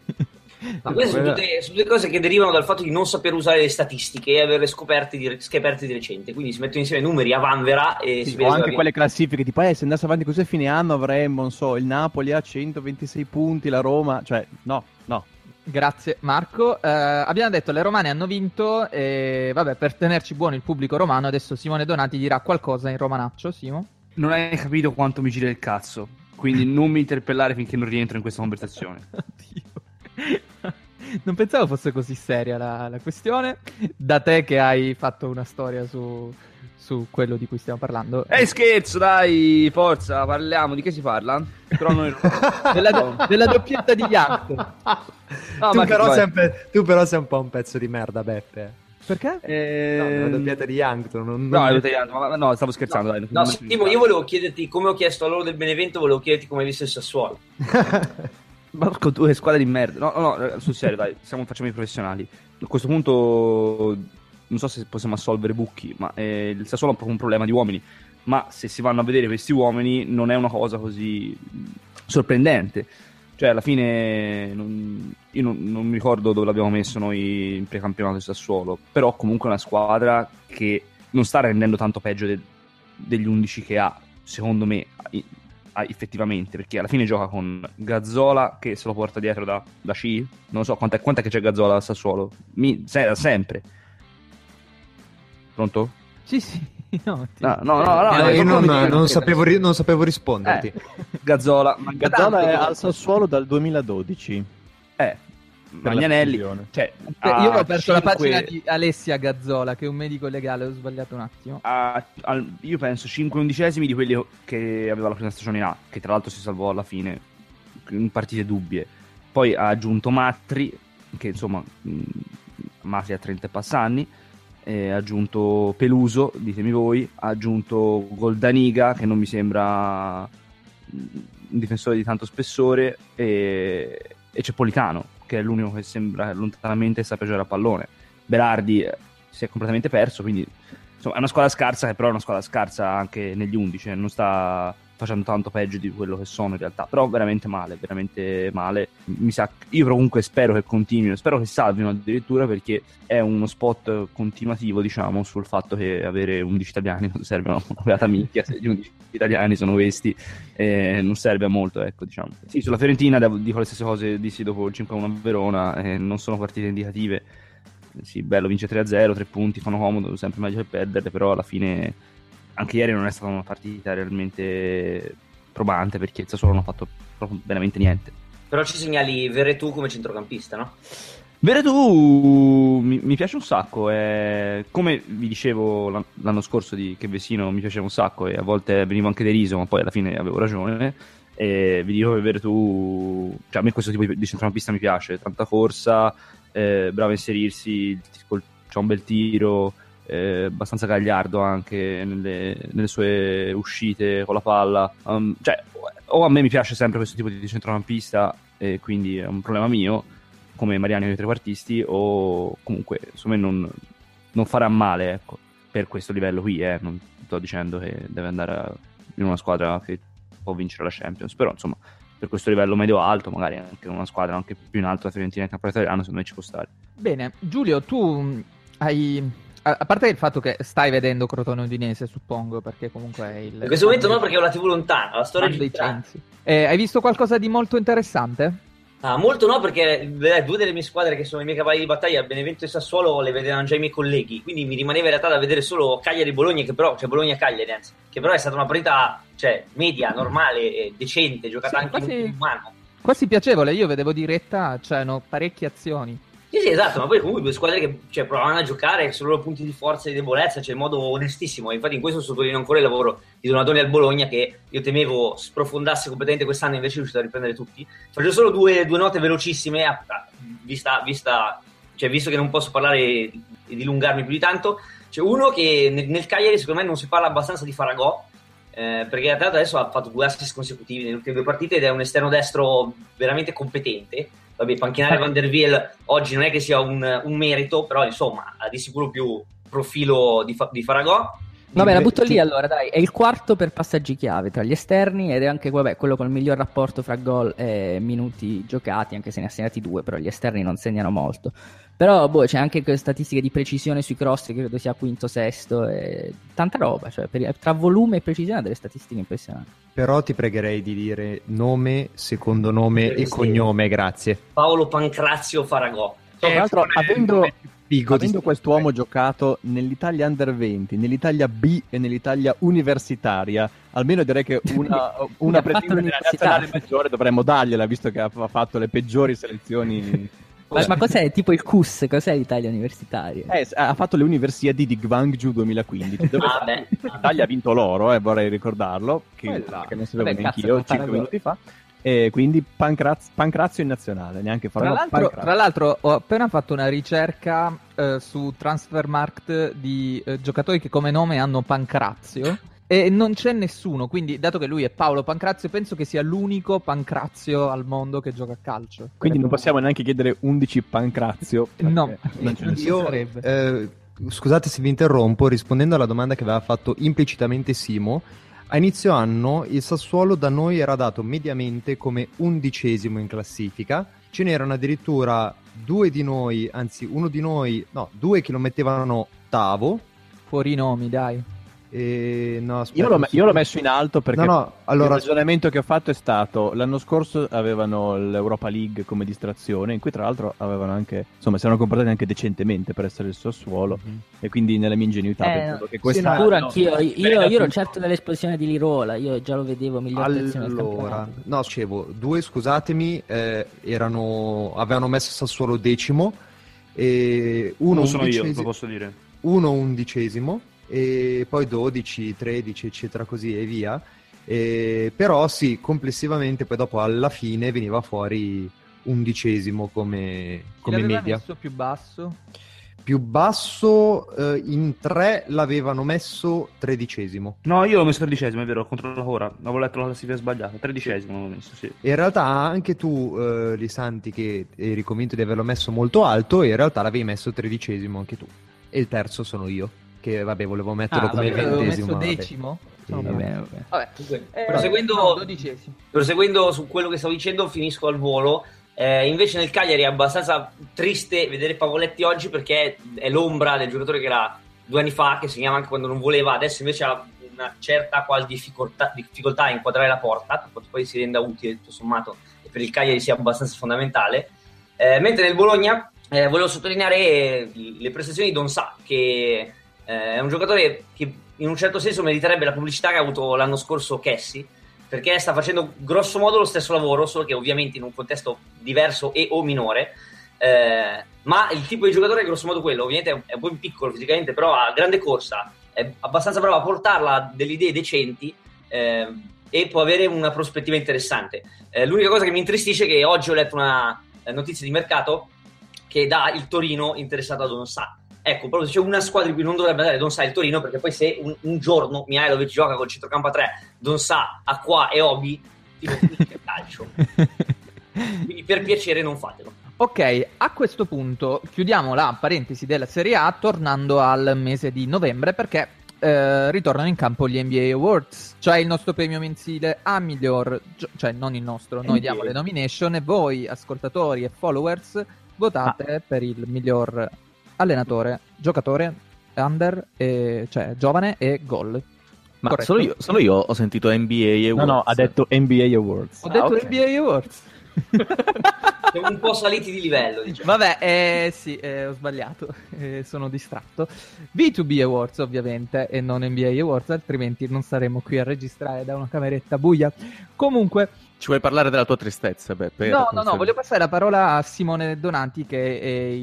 Ma queste sono tutte, sono tutte cose che derivano dal fatto di non saper usare le statistiche e averle scoperte di, scoperte di recente, quindi si mettono insieme numeri a vanvera e Sì, si o vede anche quelle classifiche tipo eh, se andasse avanti così a fine anno avremmo, non so, il Napoli ha centoventisei punti, la Roma, cioè no, no. Grazie Marco. Eh, abbiamo detto le romane hanno vinto e vabbè, per tenerci buono il pubblico romano adesso Simone Donati dirà qualcosa in romanaccio. Simo? Non hai capito quanto mi gira il cazzo, quindi non mi interpellare finché non rientro in questa conversazione. Oddio. Non pensavo fosse così seria la, la questione. Da te che hai fatto una storia su, su quello di cui stiamo parlando. Ehi, scherzo, dai, forza, parliamo. Di che si parla? Però noi... della, do- della doppietta di Young. No, tu, ma però che sempre, tu però sei un po' un pezzo di merda, Beppe. Perché? Eh... No, la doppietta di Youngton. Non, No, non... ma, no, stavo scherzando. No, dai, no, Timo, io volevo chiederti, come ho chiesto a loro del Benevento, volevo chiederti come hai visto il Sassuolo. Marco, tu hai squadra di merda. No, no, no, sul serio, dai, siamo, facciamo i professionali. A questo punto non so se possiamo assolvere Bucchi, ma eh, il Sassuolo ha proprio un problema di uomini. Ma se si vanno a vedere questi uomini non è una cosa così sorprendente. Cioè, alla fine non, io non, non mi ricordo dove l'abbiamo messo noi in precampionato del Sassuolo, però comunque è una squadra che non sta rendendo tanto peggio de, degli undici che ha, secondo me, effettivamente, perché alla fine gioca con Gazzola che se lo porta dietro da, da C, non so quant'è, quant'è che c'è Gazzola al Sassuolo, Mi, se, sempre pronto? Sì sì no, ti... no, no, no, no, no io non, non, non, sapevo ri- non sapevo risponderti. eh, Gazzola ma Gazzola è al Sassuolo dal duemiladodici eh Magnanelli, cioè, io ho aperto cinque... la pagina di Alessia Gazzola che è un medico legale, ho sbagliato un attimo. A, al, io penso cinque undicesimi di quelli che aveva la prima stagione in A, che tra l'altro si salvò alla fine in partite dubbie. Poi ha aggiunto Matri, che insomma mh, Matri ha trenta e passanni, eh, ha aggiunto Peluso, ditemi voi, ha aggiunto Goldaniga, che non mi sembra un difensore di tanto spessore, e, e c'è Politano, che è l'unico che sembra lontanamente sappia giocare a pallone. Berardi eh, si è completamente perso, quindi insomma è una squadra scarsa, che però è una squadra scarsa anche negli undici, non sta facendo tanto peggio di quello che sono in realtà, però veramente male, veramente male. Mi sa, io comunque spero che continuino, spero che salvino addirittura, perché è uno spot continuativo, diciamo, sul fatto che avere undici italiani non serve una beata minchia, se gli undici italiani sono questi, eh, non serve a molto, ecco, diciamo. Sì, sulla Fiorentina dico le stesse cose dissi dopo il cinque a uno a Verona, eh, non sono partite indicative. Sì, bello, vince tre a zero, tre punti, fanno comodo, sempre meglio che perderle, però alla fine anche ieri non è stata una partita realmente probante, perché il Sassuolo non ha fatto proprio veramente niente. Però ci segnali Veretù come centrocampista, no? Veretù mi, mi piace un sacco, è... come vi dicevo l'anno scorso di che Vesino mi piaceva un sacco e a volte venivo anche deriso, ma poi alla fine avevo ragione, e vi dico che Veretù, cioè a me questo tipo di centrocampista mi piace, tanta corsa, eh, bravo a inserirsi, c'ha un bel tiro, eh, abbastanza gagliardo anche nelle, nelle sue uscite con la palla, um, cioè o a me mi piace sempre questo tipo di centrocampista e quindi è un problema mio, come Mariani con i trequartisti, o comunque insomma non, non farà male, ecco, per questo livello qui, eh. Non sto dicendo che deve andare in una squadra che può vincere la Champions, però insomma per questo livello medio-alto, magari anche una squadra anche più in alto la Fiorentina in campionato italiano, secondo me ci può stare. Bene, Giulio, tu hai... A parte il fatto che stai vedendo Crotone Udinese, suppongo, perché comunque è il... In questo momento no, perché ho la tivù lontana, la storia dei censi. Eh, hai visto qualcosa di molto interessante? Ah, molto no, perché eh, due delle mie squadre che sono i miei cavalli di battaglia, Benevento e Sassuolo, le vedevano già i miei colleghi, quindi mi rimaneva in realtà da vedere solo Cagliari-Bologna, che però, cioè Bologna-Cagliari anzi, che però è stata una partita, cioè, media, normale, decente, giocata Sì, anche quasi- in un umano. Quasi piacevole, io vedevo diretta, c'erano parecchie azioni. Sì, sì, esatto, ma poi comunque due squadre che cioè, provavano a giocare sui loro punti di forza e di debolezza, cioè in modo onestissimo. Infatti in questo sottolineo ancora il lavoro di Donatoni al Bologna, che io temevo sprofondasse completamente quest'anno, invece è riuscito a riprendere tutti. Faccio solo due, due note velocissime, a- a- vista, vista, cioè, visto che non posso parlare e dilungarmi più di tanto. C'è uno che nel, nel Cagliari secondo me non si parla abbastanza di Faragò, eh, perché in realtà adesso ha fatto due assist consecutivi nelle ultime due partite ed è un esterno destro veramente competente. Vabbè, panchinare Van der Wiel oggi non è che sia un, un merito, però insomma ha di sicuro più profilo di, fa- di Faragò. Vabbè, la Inve- butto lì allora, dai. È il quarto per passaggi chiave tra gli esterni ed è anche vabbè, quello con il miglior rapporto fra gol e minuti giocati, anche se ne ha segnati due, però gli esterni non segnano molto. Però boh, c'è anche statistiche di precisione sui cross, che credo sia quinto, sesto, e tanta roba, cioè per- tra volume e precisione ha delle statistiche impressionanti. Però ti pregherei di dire nome, secondo nome Sì, e sì. cognome, grazie. Paolo Pancrazio Faragò. Tra l'altro, avendo, Figo di- avendo quest'uomo giocato nell'Italia Under venti, nell'Italia B e nell'Italia universitaria, almeno direi che una, una Ha fatto pretesa della l'università. nazionale maggiore dovremmo dargliela, visto che ha ha fatto le peggiori selezioni. Ma, ma cos'è? Tipo il C U S? Cos'è l'Italia universitaria? Eh, s- ha fatto le Universiadi di Gwangju duemilaquindici, dove Ah, beh. l'Italia ha vinto l'oro, eh, vorrei ricordarlo, che, Quella. che non sapevo Vabbè, neanche cazzo, io non cinque farà minuti fa. E quindi Pancraz- Pancrazio in nazionale, neanche Tra farò l'altro, tra l'altro ho appena fatto una ricerca eh, su Transfermarkt di eh, giocatori che come nome hanno Pancrazio e non c'è nessuno, quindi dato che lui è Paolo Pancrazio penso che sia l'unico Pancrazio al mondo che gioca a calcio. Quindi non possiamo neanche chiedere undici Pancrazio. No, non ce ne sono. Io, sarebbe. eh, scusate se vi interrompo, rispondendo alla domanda che aveva fatto implicitamente Simo, a inizio anno il Sassuolo da noi era dato mediamente come undicesimo in classifica, ce n'erano addirittura due di noi, anzi uno di noi, no, due che lo mettevano ottavo. Fuori i nomi, dai. E, no, aspetta, Io l'ho, me- io l'ho messo in alto perché No, no, allora- il ragionamento che ho fatto è stato: l'anno scorso avevano l'Europa League come distrazione, in cui tra l'altro avevano anche, insomma, si erano comportati anche decentemente per essere il Sassuolo, Mhm. e quindi nella mia ingenuità Eh, pensavo che sì, questa sicuro anch'io. Io, io ero certo dell'esplosione di Lirola, io già lo vedevo miglior terzino del Allora, campionato. no, dicevo, due, scusatemi, eh, erano, avevano messo Sassuolo decimo, e uno Non sono io, undicesimo, lo posso dire. uno undicesimo, e poi dodici, tredici, eccetera, così e via. E, però sì, complessivamente poi dopo alla fine veniva fuori undicesimo come, Chi come l'aveva media. messo più basso? Più basso, eh, in tre l'avevano messo tredicesimo. No, io l'ho messo tredicesimo, è vero, contro la Ora. Avevo letto la classifica sbagliata. Tredicesimo l'ho messo, sì. In realtà anche tu, eh, Lisanti, che eri convinto di averlo messo molto alto, in realtà l'avevi messo tredicesimo anche tu. E il terzo sono io, che vabbè volevo metterlo Ah, come vabbè, l'avevo ventesimo. messo vabbè. decimo? Sì. No, Va bene, va bene. Vabbè. Eh, Proseguendo, no, dodicesimo. proseguendo su quello che stavo dicendo, finisco al volo. Eh, invece nel Cagliari è abbastanza triste vedere Pavoletti oggi, perché è l'ombra del giocatore che era due anni fa, che segnava anche quando non voleva. Adesso invece ha una certa qual difficoltà, difficoltà a inquadrare la porta, per quanto poi si renda utile tutto sommato, e per il Cagliari sia abbastanza fondamentale. Eh, mentre nel Bologna eh, volevo sottolineare le prestazioni di Don Sa, che eh, è un giocatore che in un certo senso meriterebbe la pubblicità che ha avuto l'anno scorso Kessi, perché sta facendo grosso modo lo stesso lavoro, solo che ovviamente in un contesto diverso e o minore, eh, ma il tipo di giocatore è grosso modo quello. Ovviamente è un, è un po' in piccolo fisicamente, però ha grande corsa, è abbastanza bravo a portarla a delle idee decenti, eh, e può avere una prospettiva interessante. Eh, l'unica cosa che mi intristisce è che oggi ho letto una eh, notizia di mercato che dà il Torino interessato a Don Sa. Ecco, proprio c'è una squadra in cui non dovrebbe andare Don Sa il Torino, perché poi se un, un giorno Mihajlovic gioca col centrocampo a tre, Don Sa, Acqua e Obi, tipo finisce il calcio. Quindi per piacere non fatelo. Ok, a questo punto chiudiamo la parentesi della Serie A tornando al mese di novembre, perché eh, ritornano in campo gli N B A Awards, cioè il nostro premio mensile a miglior, gio- cioè non il nostro, noi N B A. diamo le nomination e voi ascoltatori e followers votate Ah. per il miglior allenatore, giocatore, under, e, cioè giovane e gol. Ma Corretto? solo io, solo io ho sentito N B A No, Awards. no, ha detto N B A Awards. Ho detto ok. N B A Awards. Siamo un po' saliti di livello, diciamo. Vabbè, eh, sì, eh, ho sbagliato, eh, sono distratto. V due B Awards, ovviamente, e non N B A Awards, altrimenti non saremmo qui a registrare da una cameretta buia. Comunque... Ci vuoi parlare della tua tristezza, Beppe? No, no, no, voglio passare la parola a Simone Donati, che è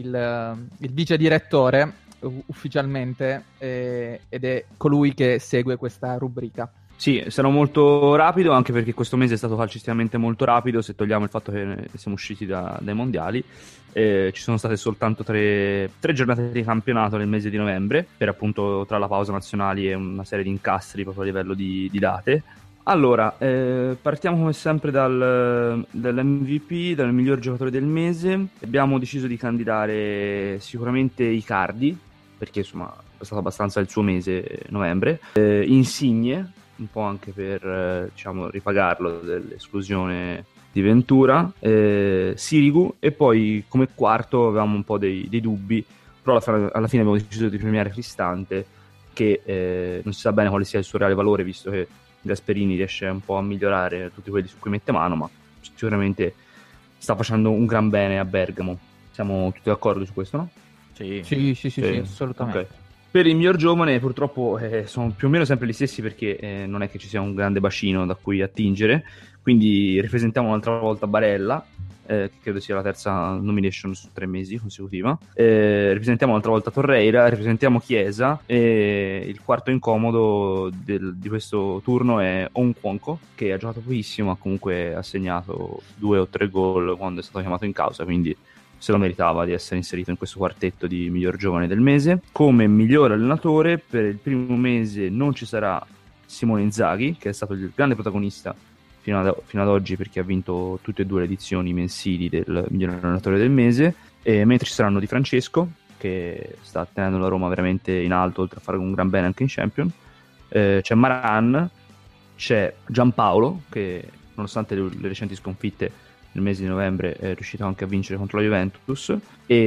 il, il vice direttore ufficialmente eh, ed è colui che segue questa rubrica. Sì, sarò molto rapido, anche perché questo mese è stato calcisticamente molto rapido, se togliamo il fatto che siamo usciti da, dai mondiali. Eh, ci sono state soltanto tre, tre giornate di campionato nel mese di novembre, per appunto tra la pausa nazionali e una serie di incastri proprio a livello di, di date. Allora, eh, partiamo come sempre dal, dall'M V P, dal miglior giocatore del mese. Abbiamo deciso di candidare sicuramente Icardi, perché insomma è stato abbastanza il suo mese novembre. Eh, Insigne, un po' anche per eh, diciamo ripagarlo dell'esclusione di Ventura, eh, Sirigu, e poi come quarto avevamo un po' dei, dei dubbi, però alla, alla fine abbiamo deciso di premiare Cristante, che eh, non si sa bene quale sia il suo reale valore, visto che Gasperini riesce un po' a migliorare tutti quelli su cui mette mano, ma sicuramente sta facendo un gran bene a Bergamo. Siamo tutti d'accordo su questo, no? Sì, sì, sì, sì, sì assolutamente. Okay. Per il miglior giovane purtroppo eh, sono più o meno sempre gli stessi, perché eh, non è che ci sia un grande bacino da cui attingere, quindi ripresentiamo un'altra volta Barella, eh, che credo sia la terza nomination su tre mesi consecutiva. Eh, ripresentiamo un'altra volta Torreira, ripresentiamo Chiesa, e il quarto incomodo del, di questo turno è Onkwonko, che ha giocato pochissimo, ma comunque ha segnato due o tre gol quando è stato chiamato in causa, quindi se lo meritava di essere inserito in questo quartetto di miglior giovane del mese. Come miglior allenatore per il primo mese non ci sarà Simone Inzaghi, che è stato il grande protagonista fino ad, fino ad oggi, perché ha vinto tutte e due le edizioni mensili del miglior allenatore del mese, e mentre ci saranno Di Francesco, che sta tenendo la Roma veramente in alto, oltre a fare un gran bene anche in Champions, eh, c'è Maran, c'è Giampaolo, che nonostante le, le recenti sconfitte nel mese di novembre è riuscito anche a vincere contro la Juventus,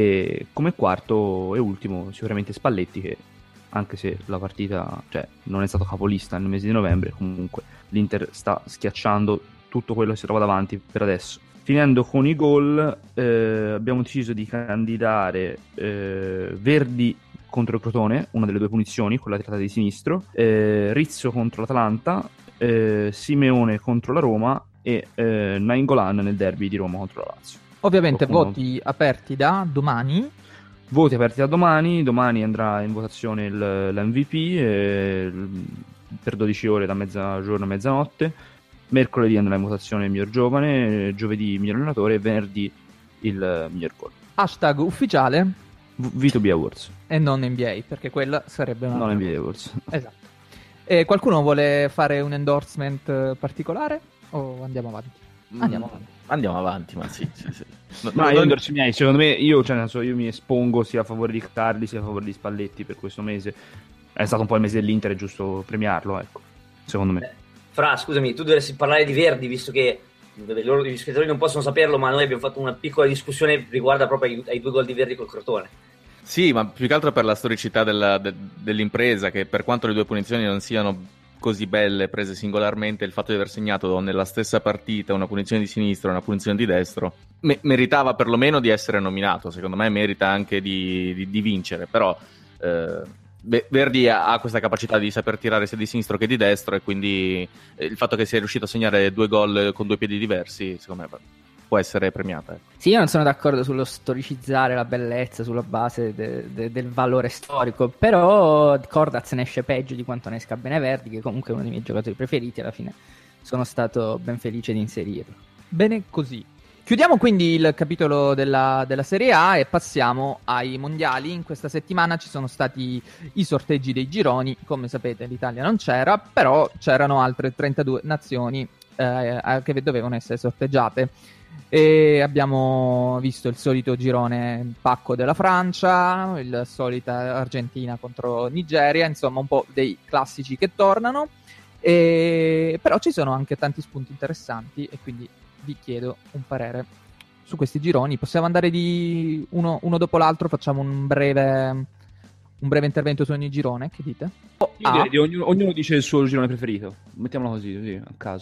e come quarto e ultimo sicuramente Spalletti, che anche se la partita, cioè, non è stato capolista nel mese di novembre, comunque l'Inter sta schiacciando tutto quello che si trova davanti per adesso. Finendo con i gol, eh, abbiamo deciso di candidare eh, Verdi contro il Crotone, una delle due punizioni, quella tirata di sinistro, eh, Rizzo contro l'Atalanta, eh, Simeone contro la Roma e eh, Nainggolan nel derby di Roma contro la Lazio. Ovviamente Qualcuno... voti aperti da domani. Voti aperti da domani, domani andrà in votazione il, l'M V P eh, per dodici ore da mezzogiorno a mezzanotte, mercoledì andrà in votazione il miglior giovane, giovedì il miglior allenatore e venerdì il miglior gol. Hashtag ufficiale V due B Awards. E non N B A, perché quella sarebbe una... Non N B A Awards. Esatto. E qualcuno vuole fare un endorsement particolare o andiamo avanti? Andiamo mm. avanti. Andiamo avanti, ma sì, sì, sì. No, ma io endorsi miei, secondo me, io, cioè, nel senso, io mi espongo sia a favore di Carli sia a favore di Spalletti per questo mese. È stato un po' il mese dell'Inter, è giusto premiarlo, ecco, secondo me. Eh, Fra, scusami, tu dovresti parlare di Verdi, visto che i loro gli spettatori non possono saperlo, ma noi abbiamo fatto una piccola discussione riguardo proprio ai, ai due gol di Verdi col Crotone. Sì, ma più che altro per la storicità della, de, dell'impresa, che per quanto le due punizioni non siano così belle prese singolarmente, il fatto di aver segnato nella stessa partita una punizione di sinistra e una punizione di destro me- meritava perlomeno di essere nominato. Secondo me merita anche di, di, di vincere, però eh, Verdi ha, ha questa capacità di saper tirare sia di sinistro che di destro, e quindi eh, il fatto che sia riuscito a segnare due gol con due piedi diversi, secondo me può essere premiata. Eh. Sì, io non sono d'accordo sullo storicizzare la bellezza sulla base de, de, del valore storico, però Cordaz ne esce peggio di quanto ne esca Beneverdi, che comunque è uno dei miei giocatori preferiti. Alla fine sono stato ben felice di inserirlo. Bene così. Chiudiamo quindi il capitolo della, della Serie A e passiamo ai mondiali. In questa settimana ci sono stati i sorteggi dei gironi. Come sapete l'Italia non c'era, però c'erano altre trentadue nazioni eh, che dovevano essere sorteggiate. E abbiamo visto il solito girone pacco della Francia, il solita Argentina contro Nigeria, insomma un po' dei classici che tornano, e... però ci sono anche tanti spunti interessanti e quindi vi chiedo un parere su questi gironi. Possiamo andare di uno, uno dopo l'altro, facciamo un breve, un breve intervento su ogni girone, che dite? Io direi di ognuno, ognuno dice il suo girone preferito, mettiamolo così, così a caso.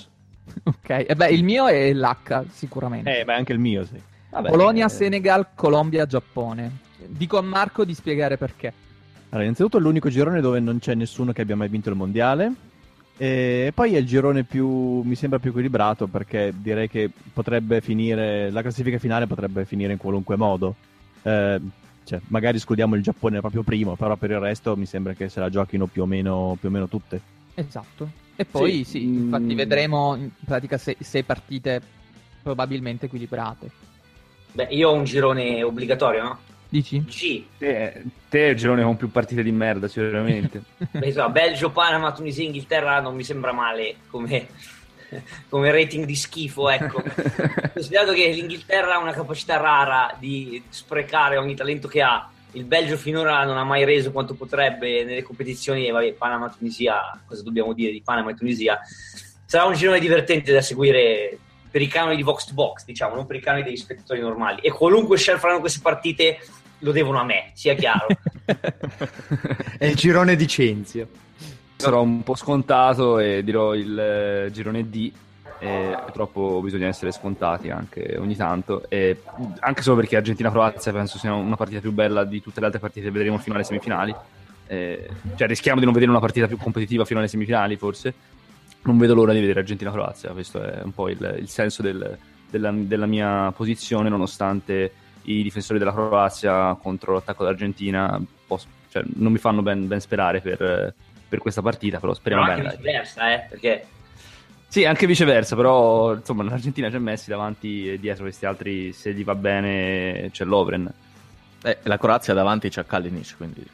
Ok, e beh, il mio è l'H, sicuramente. Eh, beh, anche il mio, sì. Vabbè, Polonia, eh, Senegal, Colombia, Giappone. Dico a Marco di spiegare perché. Allora, innanzitutto è l'unico girone dove non c'è nessuno che abbia mai vinto il mondiale. E poi è il girone più, mi sembra più equilibrato, perché direi che potrebbe finire, la classifica finale potrebbe finire in qualunque modo. Eh, cioè, magari escludiamo il Giappone proprio primo, però per il resto mi sembra che se la giochino più o meno, più o meno tutte. Esatto. E poi sì, Sì, infatti mm. vedremo in pratica sei, sei partite probabilmente equilibrate. Beh, io ho un girone obbligatorio, no? Dici? G. Te, te è il girone con più partite di merda, sicuramente. Beh, insomma, Belgio, Panama, Tunisia, Inghilterra non mi sembra male come, come rating di schifo, ecco. Considerato che l'Inghilterra ha una capacità rara di sprecare ogni talento che ha, il Belgio finora non ha mai reso quanto potrebbe nelle competizioni, e vabbè, Panama, Tunisia, cosa dobbiamo dire di Panama e Tunisia? Sarà un girone divertente da seguire per i canoni di Vox to Box, diciamo, non per i canoni degli spettatori normali, e qualunque scelta faranno queste partite lo devono a me, sia chiaro. È il girone di Cenzio. Sarò un po' scontato e dirò il eh, girone D. E purtroppo bisogna essere scontati anche ogni tanto, e anche solo perché Argentina-Croazia penso sia una partita più bella di tutte le altre partite che vedremo fino alle semifinali. Eh, cioè rischiamo di non vedere una partita più competitiva fino alle semifinali, forse. Non vedo l'ora di vedere Argentina-Croazia, questo è un po' il, il senso del, della, della mia posizione, nonostante i difensori della Croazia contro l'attacco d'Argentina posso, cioè, non mi fanno ben, ben sperare per, per questa partita, però speriamo Però bene. anche viceversa, eh, perché sì, anche viceversa, però insomma l'Argentina c'è Messi davanti e dietro questi altri, se gli va bene c'è Lovren. Eh, la Croazia davanti c'è Kalinic, quindi...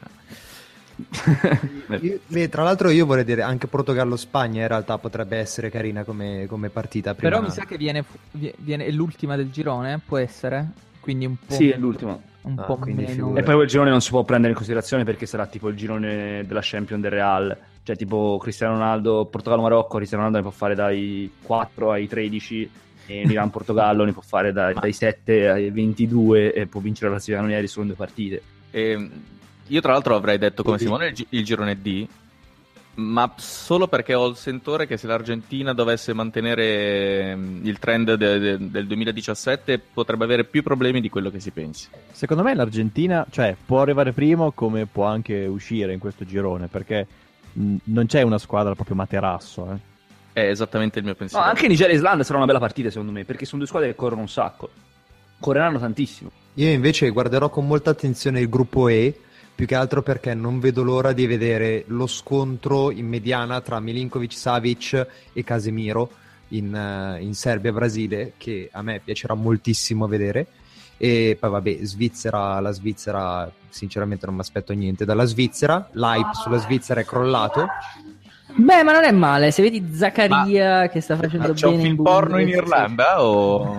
Io, beh, tra l'altro io vorrei dire anche Portogallo-Spagna in realtà potrebbe essere carina come, come partita prima. Però mi sa che viene, viene è l'ultima del girone, può essere, quindi un po', Sì, è l'ultima. un Ah, po' quindi meno. figurati. E poi quel girone non si può prendere in considerazione perché sarà tipo il girone della Champions del Real, cioè tipo Cristiano Ronaldo, Portogallo-Marocco, Cristiano Ronaldo ne può fare dai quattro ai tredici e l'Iran-Portogallo ne può fare dai, dai sette ai ventidue e può vincere la classifica non solo in due partite. E io tra l'altro avrei detto come Simone il, gi- il girone D, ma solo perché ho il sentore che se l'Argentina dovesse mantenere il trend de- de- del duemiladiciassette potrebbe avere più problemi di quello che si pensi. Secondo me l'Argentina, cioè, può arrivare primo come può anche uscire in questo girone, perché mh, non c'è una squadra proprio materasso, eh. È esattamente il mio No, pensiero. anche Nigeria e Islanda sarà una bella partita secondo me, perché sono due squadre che corrono un sacco, correranno tantissimo. Io invece guarderò con molta attenzione il gruppo E, più che altro perché non vedo l'ora di vedere lo scontro in mediana tra Milinkovic-Savic e Casemiro in, uh, in Serbia-Brasile, che a me piacerà moltissimo vedere. E poi vabbè, Svizzera, la Svizzera sinceramente non mi aspetto niente dalla Svizzera, l'hype sulla Svizzera è crollato. Beh, ma non è male, se vedi Zaccaria che sta facendo C'è un bene film in porno in Bundesliga. Irlanda o...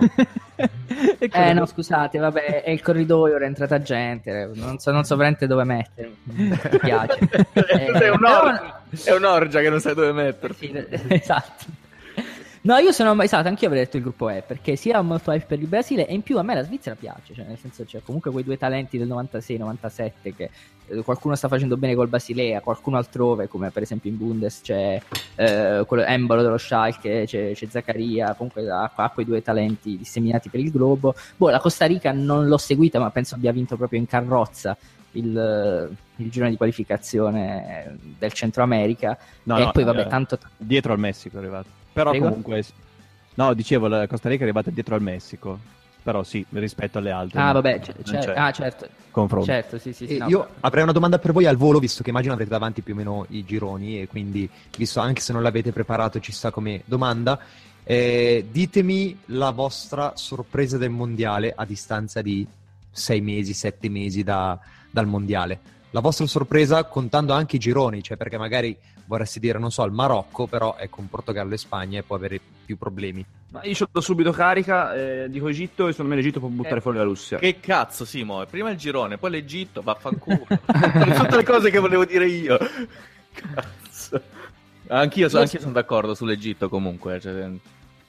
Eh no, scusate, vabbè, è il corridoio, era entrata gente, non so, non so veramente dove mettermi. Mi piace. Eh, è, un però- or- è un'orgia che non sai dove metterti. Sì, esatto. No, io sono esatto, anch'io avrei detto il gruppo E, perché sia molto hype per il Brasile e in più a me la Svizzera piace, cioè nel senso c'è comunque quei due talenti del novantasei novantasette che eh, qualcuno sta facendo bene col Basilea, qualcuno altrove, come per esempio in Bundes c'è eh, quello Embolo dello Schalke, c'è, c'è Zaccaria, comunque ha, ha quei due talenti disseminati per il globo. Boh, la Costa Rica non l'ho seguita, ma penso abbia vinto proprio in carrozza il, il girone di qualificazione del Centro America. No, e no, poi vabbè, eh, tanto dietro al Messico è arrivato. Però Prego? comunque no, dicevo la Costa Rica è arrivata dietro al Messico. Però sì, rispetto alle altre. Ah, non- vabbè, non c- c'è cer- ah, certo. confronto. Certo, sì, sì, sì, E no. io avrei una domanda per voi al volo, visto che immagino avrete davanti più o meno i gironi, e quindi, visto anche se non l'avete preparato, ci sta come domanda. Eh, ditemi la vostra sorpresa del mondiale a distanza di sei mesi, sette mesi da- dal mondiale. La vostra sorpresa contando anche i gironi, cioè perché magari vorresti dire, non so, il Marocco, però è con Portogallo e Spagna e può avere più problemi. Ma io ce l'ho subito carica, eh, dico Egitto e secondo me l'Egitto può buttare Eh, fuori la Russia. Che cazzo, Simo? Prima il girone, poi l'Egitto, vaffanculo. Sono tutte le cose che volevo dire io. Cazzo. Anch'io, so- anch'io sono d'accordo sull'Egitto comunque. Cioè...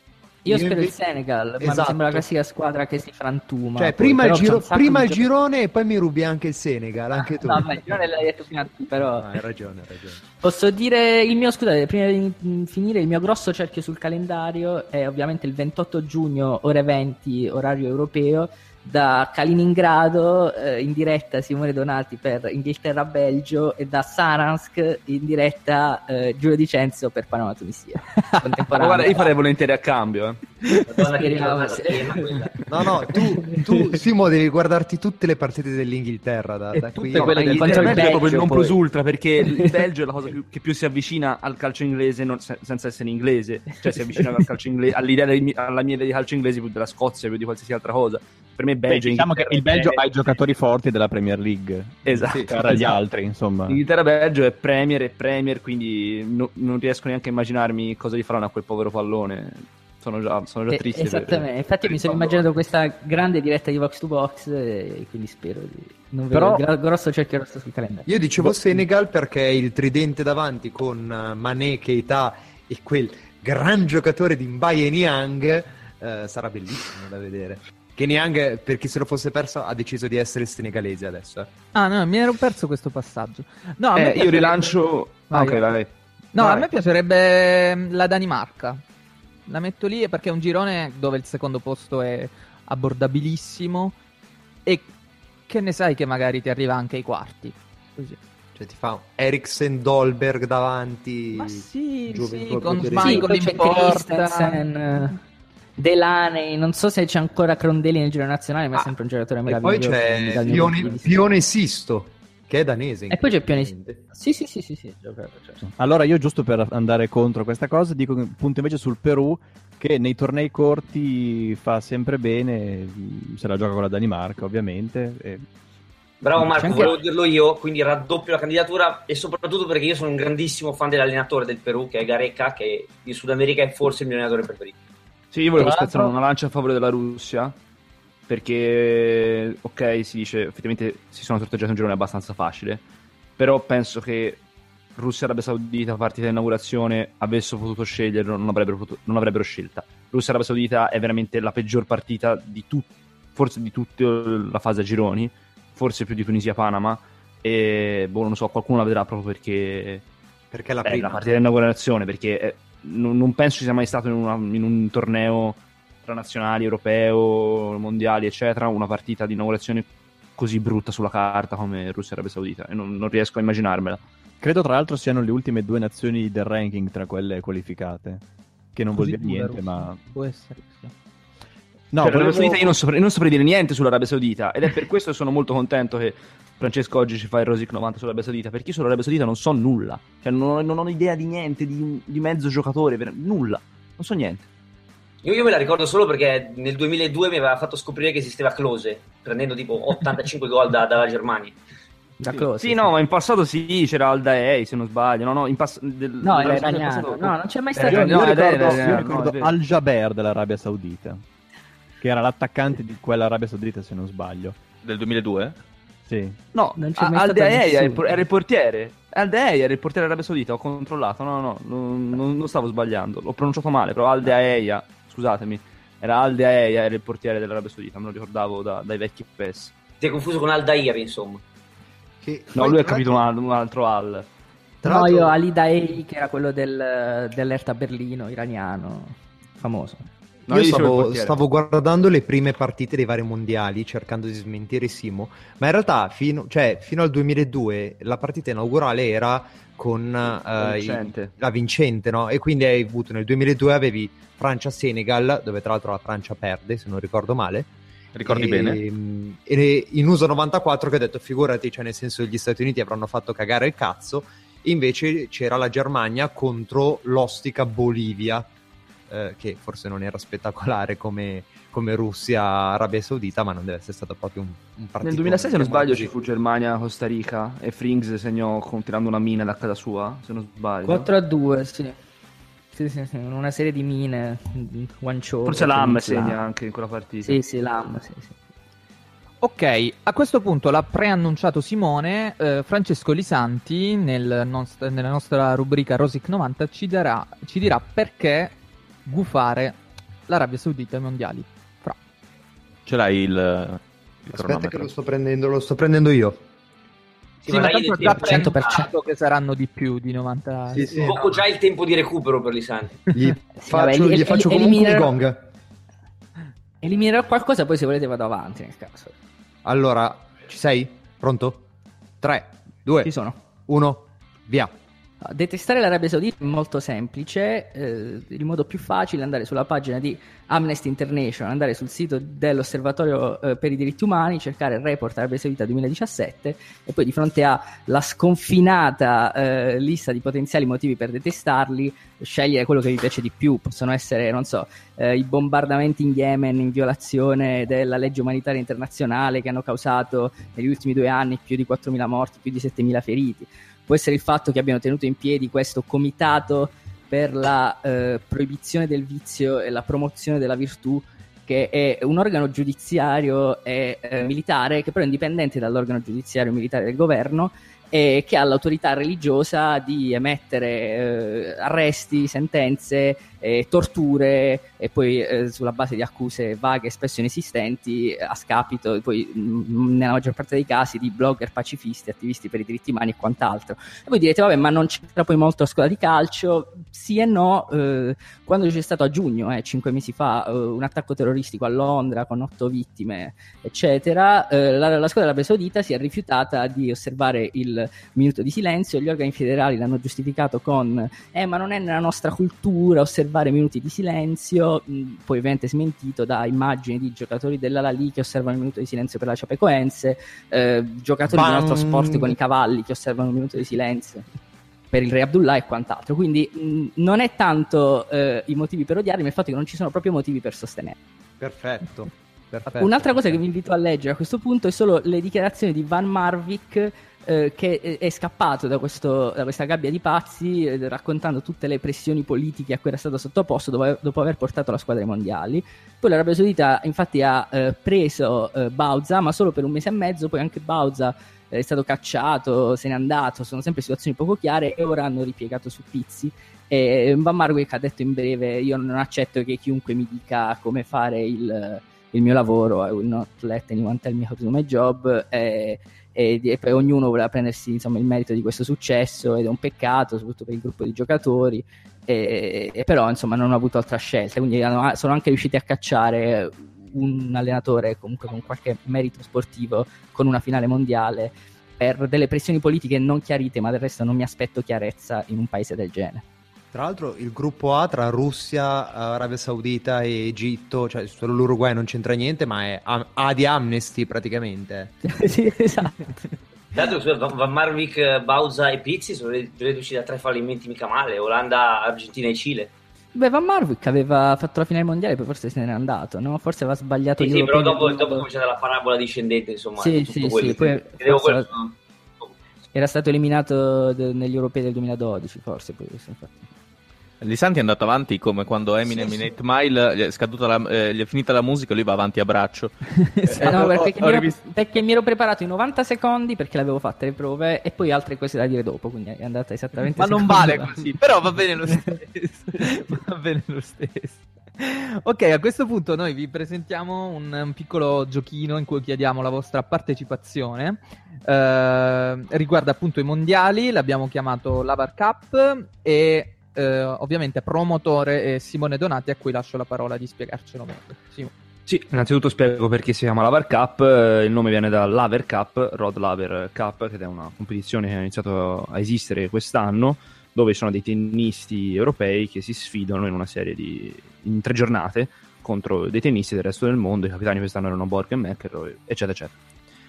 Io spero il Senegal, ma Esatto. mi sembra la classica squadra che si frantuma. Cioè, poi, prima, il, però giro- c'è un sacco prima di il gioco- girone e poi mi rubi anche il Senegal, anche tu. No, ma il girone l'hai detto prima tu, però... Ah, hai ragione, hai ragione. Posso dire il mio, scusate, prima di mm, finire, il mio grosso cerchio sul calendario è ovviamente il ventotto giugno, ore venti, orario europeo, da Kaliningrado eh, in diretta Simone Donati per Inghilterra-Belgio e da Saransk in diretta eh, Giulio Di Cenzo per Panama-Tunisia. Ma guarda, io farei volentieri a cambio. Eh. Madonna, che Speriamo, giornata sì. piena quella. No, no, tu, tu Simo, devi guardarti tutte le partite dell'Inghilterra da, da qui. Tutte quelle del contro il Belgio è proprio il non Belgio, plus ultra, perché il Belgio è la cosa più- che più si avvicina al calcio inglese non- se- senza essere inglese, cioè si avvicina al calcio inglese, all'idea di- alla mia idea di calcio inglese più della Scozia, più di qualsiasi altra cosa. Per me Beh, Belgio diciamo che il Belgio è ha i giocatori forti della Premier League. Esatto, Tra gli esatto. altri, insomma. Inghilterra-Belgio è Premier e Premier, quindi no- non riesco neanche a immaginarmi cosa gli faranno a quel povero pallone. Sono già, sono già Eh, triste. per- esattamente, infatti per mi il sono pallone. immaginato questa grande diretta di Vox to Box e quindi spero di non Però- vedere il gra- grosso cerchio rosso sul calendario. Io dicevo Senegal perché il tridente davanti con eh, Mané, Keita e quel gran giocatore di Mbaye Niang eh, sarà bellissimo da vedere. Che Niang, per chi se lo fosse perso, ha deciso di essere senegalese adesso. eh. Ah, no, mi ero perso questo passaggio. No, a me Eh, io piacerebbe- rilancio. Ah, Vai, ok, vai. vai. No, Vai. a me piacerebbe mm, la Danimarca. La metto lì perché è un girone dove il secondo posto è abbordabilissimo e che ne sai che magari ti arriva anche ai quarti. Così. Cioè ti fa Eriksen, Dolberg davanti. Ma sì, Gioventù sì, al con potere. Sì, Schmeichel poi in c'è porta. Christensen, Delaney, non so se c'è ancora Crondelli nel giro nazionale, ma è sempre un giocatore E poi meraviglioso. c'è dal mio Pione, punto di vista. Pione Sisto, che è danese. E poi c'è Pione incredibilmente. Sì, sì, sì, sì, sì, giocato, certo. Allora io giusto per andare contro questa cosa dico che punto invece sul Perù, che nei tornei corti fa sempre bene, mh, se la gioca con la Danimarca ovviamente. E... Bravo C'è Marco, anche- volevo dirlo io, quindi raddoppio la candidatura e soprattutto perché io sono un grandissimo fan dell'allenatore del Perù, che è Gareca, che in Sud America è forse il mio allenatore preferito. Sì, io volevo Tra spezzare l'altro- una lancia a favore della Russia, perché, ok, si dice, effettivamente si sono sorteggiati un girone abbastanza facile, però penso che Russia e Arabia Saudita, partita di inaugurazione, avessero potuto scegliere, non avrebbero, potuto- non avrebbero scelta. Russia e Arabia Saudita è veramente la peggior partita di tut- forse di tutta la fase a gironi, forse più di Tunisia-Panama, e boh, non so, qualcuno la vedrà proprio perché... Perché è la Beh, prima. la partita di inaugurazione, perché eh, non, non penso ci sia mai stato in, una- in un torneo tra nazionali, europeo, mondiali, eccetera, una partita di inaugurazione così brutta sulla carta come Russia e Arabia Saudita, e non, non riesco a immaginarmela. Credo tra l'altro siano le ultime due nazioni del ranking tra quelle qualificate, che non vuol Così dire niente, dura, ma... Può essere, sì. No, Cioè, l'Arabia volevo- Saudita io non, saprei, non saprei dire niente sull'Arabia Saudita, ed è per questo che sono molto contento che Francesco oggi ci fa il Rosic novanta sull'Arabia Saudita, perché io sull'Arabia Saudita non so nulla, cioè non, non ho idea di niente, di, di mezzo giocatore, ver- nulla, non so niente. Io, io me la ricordo solo perché nel duemiladue mi aveva fatto scoprire che esisteva Klose, prendendo tipo ottantacinque gol da- dalla Germania. Da Sì, Klose, sì, no, ma in passato sì, c'era Aldaei, se non sbaglio, no, no, in pass- del- No, era dell'Arabia Saudita in iraniano. passato- No, non c'è mai Eh, stato. Io, no, io ed è- ricordo, ed è- io no, ricordo è vero. Al Jaber dell'Arabia Saudita, che era l'attaccante di quell'Arabia Saudita, se non sbaglio. Del duemiladue? Sì. No, Non c'è mai Aldaei stato era, il nessuno. por- era il portiere. Aldaei era il portiere dell'Arabia Saudita, ho controllato, no, no, non, non- non stavo sbagliando, l'ho pronunciato male, però Aldaei, scusatemi, era Aldaei, era il portiere dell'Arabia Saudita, me lo ricordavo da- dai vecchi P E S. Ti hai confuso con Aldair, insomma. Che No, poi, lui ha tra capito l'altro- un, un altro Al. tra No, l'altro- io Ali Daei, che era quello del, dell'Erta Berlino, iraniano, famoso. No, io io dicevo il stavo, portiere. stavo guardando le prime partite dei vari mondiali cercando di smentire Simo, ma in realtà fino, cioè, fino al duemiladue la partita inaugurale era con La eh, vincente. i- la vincente, no? E quindi hai avuto nel duemiladue avevi Francia-Senegal, dove tra l'altro la Francia perde, se non ricordo male. Ricordi e, bene? E in U S A novantaquattro che ho detto figurati, cioè nel senso gli Stati Uniti avranno fatto cagare il cazzo, e invece c'era la Germania contro l'ostica Bolivia, eh, che forse non era spettacolare come, come Russia-Arabia Saudita, ma non deve essere stato proprio un, un partito. Nel duemilasei, se non diciamo sbaglio, così. ci fu Germania-Costa Rica e Frings segnò con- tirando una mina da casa sua, se non sbaglio. quattro a due, sì. Sì, sì, sì, una serie di mine, one show. Forse Lam segna anche in quella partita. Sì, sì, Lam, sì, sì. Ok, a questo punto l'ha preannunciato Simone, eh, Francesco Lisanti nel nost- nella nostra rubrica Rosic novanta ci, darà, ci dirà perché gufare l'Arabia Saudita ai mondiali. Fra. Ce l'hai il, il Aspetta cronometro? che lo sto prendendo, lo sto prendendo io. Sì, ma tanto il già tempo- cento per cento che saranno di più di novanta. Sì, sì, Invoco no. già il tempo di recupero per Lisanti. Gli faccio, vabbè, gli el- faccio el- comunque un eliminerò- gong. Eliminerò qualcosa, poi se volete vado avanti nel caso. Allora, ci sei? Pronto? tre, due, Ci sono. uno, via. Detestare l'Arabia Saudita è molto semplice, eh, il modo più facile è andare sulla pagina di Amnesty International, andare sul sito dell'Osservatorio eh, per i diritti umani, cercare il report Arabia Saudita duemiladiciassette e poi di fronte alla sconfinata eh, lista di potenziali motivi per detestarli, scegliere quello che vi piace di più. Possono essere, non so, eh, i bombardamenti in Yemen in violazione della legge umanitaria internazionale che hanno causato negli ultimi due anni più di quattromila morti, più di settemila feriti. Può essere il fatto che abbiano tenuto in piedi questo comitato per la eh, proibizione del vizio e la promozione della virtù, che è un organo giudiziario e eh, militare, che però è indipendente dall'organo giudiziario e militare del governo e che ha l'autorità religiosa di emettere eh, arresti, sentenze, eh, torture e poi eh, sulla base di accuse vaghe, spesso inesistenti, a scapito poi mh, nella maggior parte dei casi di blogger pacifisti, attivisti per i diritti umani e quant'altro. E voi direte vabbè, ma non c'entra poi molto la scuola di calcio? Sì e no. Eh, quando c'è stato a giugno, eh, cinque mesi fa, eh, un attacco terroristico a Londra con otto vittime eccetera, eh, la, la scuola dell'Arabia Saudita si è rifiutata di osservare il minuto di silenzio. Gli organi federali l'hanno giustificato con eh ma non è nella nostra cultura osservare minuti di silenzio, mh, poi ovviamente smentito da immagini di giocatori dell'Al-Ahly che osservano il minuto di silenzio per la Chapecoense, eh, giocatori Bam. di un altro sport con i cavalli che osservano il minuto di silenzio per il Re Abdullah e quant'altro. Quindi mh, non è tanto eh, i motivi per odiarli, ma il fatto che non ci sono proprio motivi per sostenere. Perfetto. Perfetto. Un'altra cosa che vi invito a leggere a questo punto è solo le dichiarazioni di Van Marwijk, eh, che è, è scappato da, questo, da questa gabbia di pazzi, eh, raccontando tutte le pressioni politiche a cui era stato sottoposto dopo, dopo aver portato la squadra ai mondiali. Poi l'Arabia Saudita infatti ha eh, preso eh, Bauza, ma solo per un mese e mezzo. Poi anche Bauza eh, è stato cacciato, se n'è andato, sono sempre situazioni poco chiare, e ora hanno ripiegato su Pizzi. E Van Marwijk ha detto in breve: io non accetto che chiunque mi dica come fare il il mio lavoro, I will not let anyone tell me how to do my job, e, e, e poi ognuno voleva prendersi, insomma, il merito di questo successo, ed è un peccato soprattutto per il gruppo di giocatori, e, e però insomma non ho avuto altra scelta, quindi hanno, sono anche riusciti a cacciare un allenatore comunque con qualche merito sportivo con una finale mondiale per delle pressioni politiche non chiarite, ma del resto non mi aspetto chiarezza in un paese del genere. Tra l'altro il gruppo A tra Russia, Arabia Saudita e Egitto, cioè solo l'Uruguay non c'entra niente, ma è A, A di Amnesty praticamente. Sì, esatto. Tra l'altro Van Marwijk, Bauza e Pizzi sono reduci da tre fallimenti mica male: Olanda, Argentina e Cile. Beh, Van Marwijk aveva fatto la finale mondiale, poi forse se n'era andato, no? Forse aveva sbagliato Sì, gli sì, però europei dopo, dopo c'è la parabola discendente, insomma. Sì, tutto sì, quello. sì, poi Vedevo forse quello. era stato eliminato de- negli europei del duemiladodici, forse. Poi, infatti. Lisanti è andato avanti come quando Eminem in eight Mile gli è, scaduta la, eh, gli è finita la musica e lui va avanti a braccio. Eh, no, perché, ho, mi ero, rivisto... perché mi ero preparato in novanta secondi, perché l'avevo fatte le prove, e poi altre cose da dire dopo, quindi è andata esattamente. Ma non secondo vale la- così, però va bene lo stesso. Va bene lo stesso. Ok, a questo punto noi vi presentiamo un, un piccolo giochino in cui chiediamo la vostra partecipazione. Eh, riguarda appunto i mondiali, l'abbiamo chiamato Lavar Cup, e eh, ovviamente promotore è Simone Donati, a cui lascio la parola di spiegarcelo meglio. Simo. Sì, innanzitutto spiego perché si chiama Laver Cup. Eh, il nome viene da Laver Cup, Rod Laver Cup, che è una competizione che ha iniziato a esistere quest'anno, dove ci sono dei tennisti europei che si sfidano in una serie di in tre giornate contro dei tennisti del resto del mondo. I capitani quest'anno erano Borg e McEnroe, eccetera eccetera.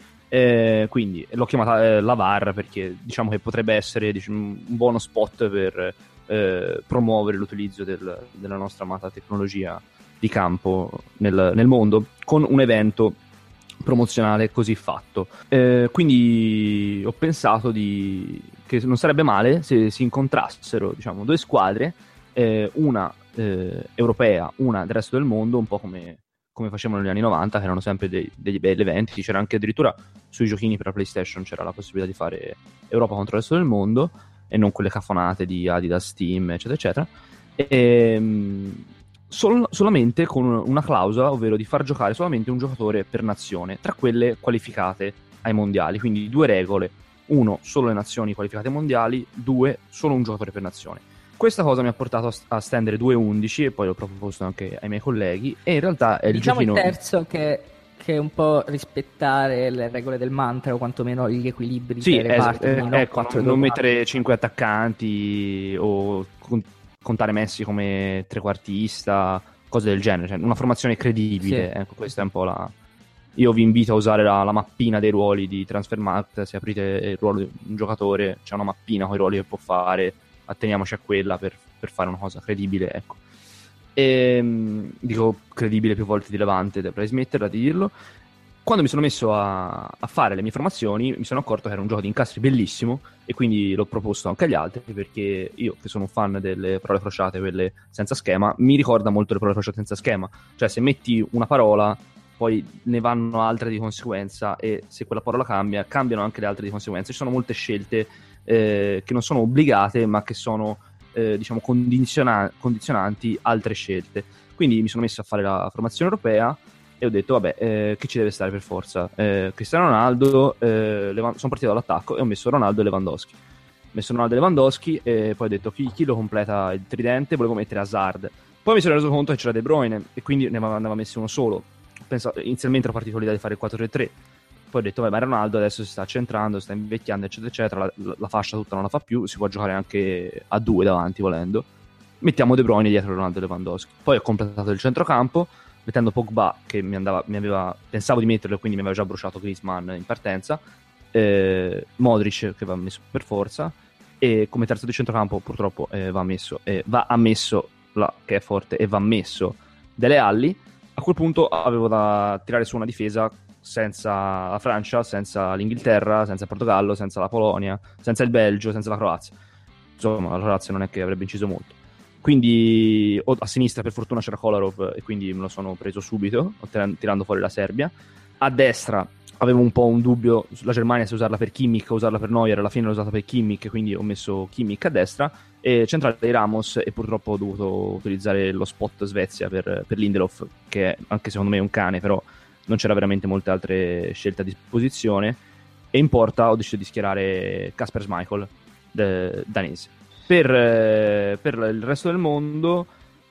Eh, quindi l'ho chiamata eh, Lavar perché diciamo che potrebbe essere, diciamo, un buono spot per eh, promuovere l'utilizzo del, della nostra amata tecnologia di campo nel, nel mondo, con un evento promozionale così fatto. Eh, quindi ho pensato di che non sarebbe male se si incontrassero, diciamo, due squadre, eh, una eh, europea, una del resto del mondo, un po' come, come facevano negli anni novanta, che erano sempre dei, degli belli eventi. C'era anche addirittura sui giochini per la PlayStation c'era la possibilità di fare Europa contro il resto del mondo, e non quelle cafonate di Adidas, Steam, eccetera eccetera. E, sol- solamente con una clausola, ovvero di far giocare solamente un giocatore per nazione, tra quelle qualificate ai mondiali, quindi due regole: uno, solo le nazioni qualificate ai mondiali; due, solo un giocatore per nazione. Questa cosa mi ha portato a, st- a stendere due undici e poi l'ho proposto anche ai miei colleghi, e in realtà è il Diciamo giochino... il terzo che, che è un po' rispettare le regole del mantra, o quantomeno gli equilibri Sì, delle es- parti, eh, quindi non ecco, quattro non due mettere cinque attaccanti o con- contare Messi come trequartista, cose del genere, cioè una formazione credibile. Sì. Ecco, questa è un po' la... Io vi invito a usare la, la mappina dei ruoli di Transfermarkt. Se aprite il ruolo di un giocatore, c'è una mappina con i ruoli che può fare, atteniamoci a quella per, per fare una cosa credibile, ecco. E, dico credibile più volte di Levante, dovrei smetterla di dirlo. Quando mi sono messo a, a fare le mie formazioni, mi sono accorto che era un gioco di incastri bellissimo, e quindi l'ho proposto anche agli altri, perché io, che sono un fan delle parole crociate, quelle senza schema, mi ricorda molto le parole crociate senza schema. Cioè, se metti una parola, poi ne vanno altre di conseguenza, e se quella parola cambia, cambiano anche le altre di conseguenza. Ci sono molte scelte eh, che non sono obbligate, ma che sono eh, diciamo condiziona- condizionanti altre scelte. Quindi mi sono messo a fare la formazione europea e ho detto, vabbè, eh, che ci deve stare per forza? Eh, Cristiano Ronaldo, eh, Levan- sono partito dall'attacco e ho messo Ronaldo e Lewandowski. Ho messo Ronaldo e Lewandowski, e poi ho detto chi, chi lo completa il tridente. Volevo mettere Hazard. Poi mi sono reso conto che c'era De Bruyne, e quindi ne andava messo uno solo. Pensavo, inizialmente ero partito l'idea di fare il quattro tre tre, poi ho detto, beh, ma Ronaldo adesso si sta centrando, sta invecchiando, eccetera eccetera, la, la, la fascia tutta non la fa più, si può giocare anche a due davanti volendo, mettiamo De Bruyne dietro Ronaldo e Lewandowski. Poi ho completato il centrocampo mettendo Pogba, che mi andava, mi aveva, pensavo di metterlo, quindi mi aveva già bruciato Griezmann in partenza, eh, Modric, che va messo per forza, e come terzo di centrocampo purtroppo eh, va messo eh, va ammesso la, che è forte, e va messo Dele Alli. A quel punto avevo da tirare su una difesa senza la Francia, senza l'Inghilterra, senza il Portogallo, senza la Polonia, senza il Belgio, senza la Croazia. Insomma, la Croazia non è che avrebbe inciso molto. Quindi a sinistra per fortuna c'era Kolarov, e quindi me lo sono preso subito, tirando fuori la Serbia. A destra avevo un po' un dubbio sulla Germania, se usarla per Kimmich o usarla per Neuer. Alla fine l'ho usata per Kimmich, quindi ho messo Kimmich a destra, e centrale dei Ramos, e purtroppo ho dovuto utilizzare lo spot Svezia per, per Lindelof, che è, anche secondo me è un cane, però non c'era veramente molte altre scelte a disposizione. E in porta ho deciso di schierare Kasper Schmeichel, de, danese. Per, eh, per il resto del mondo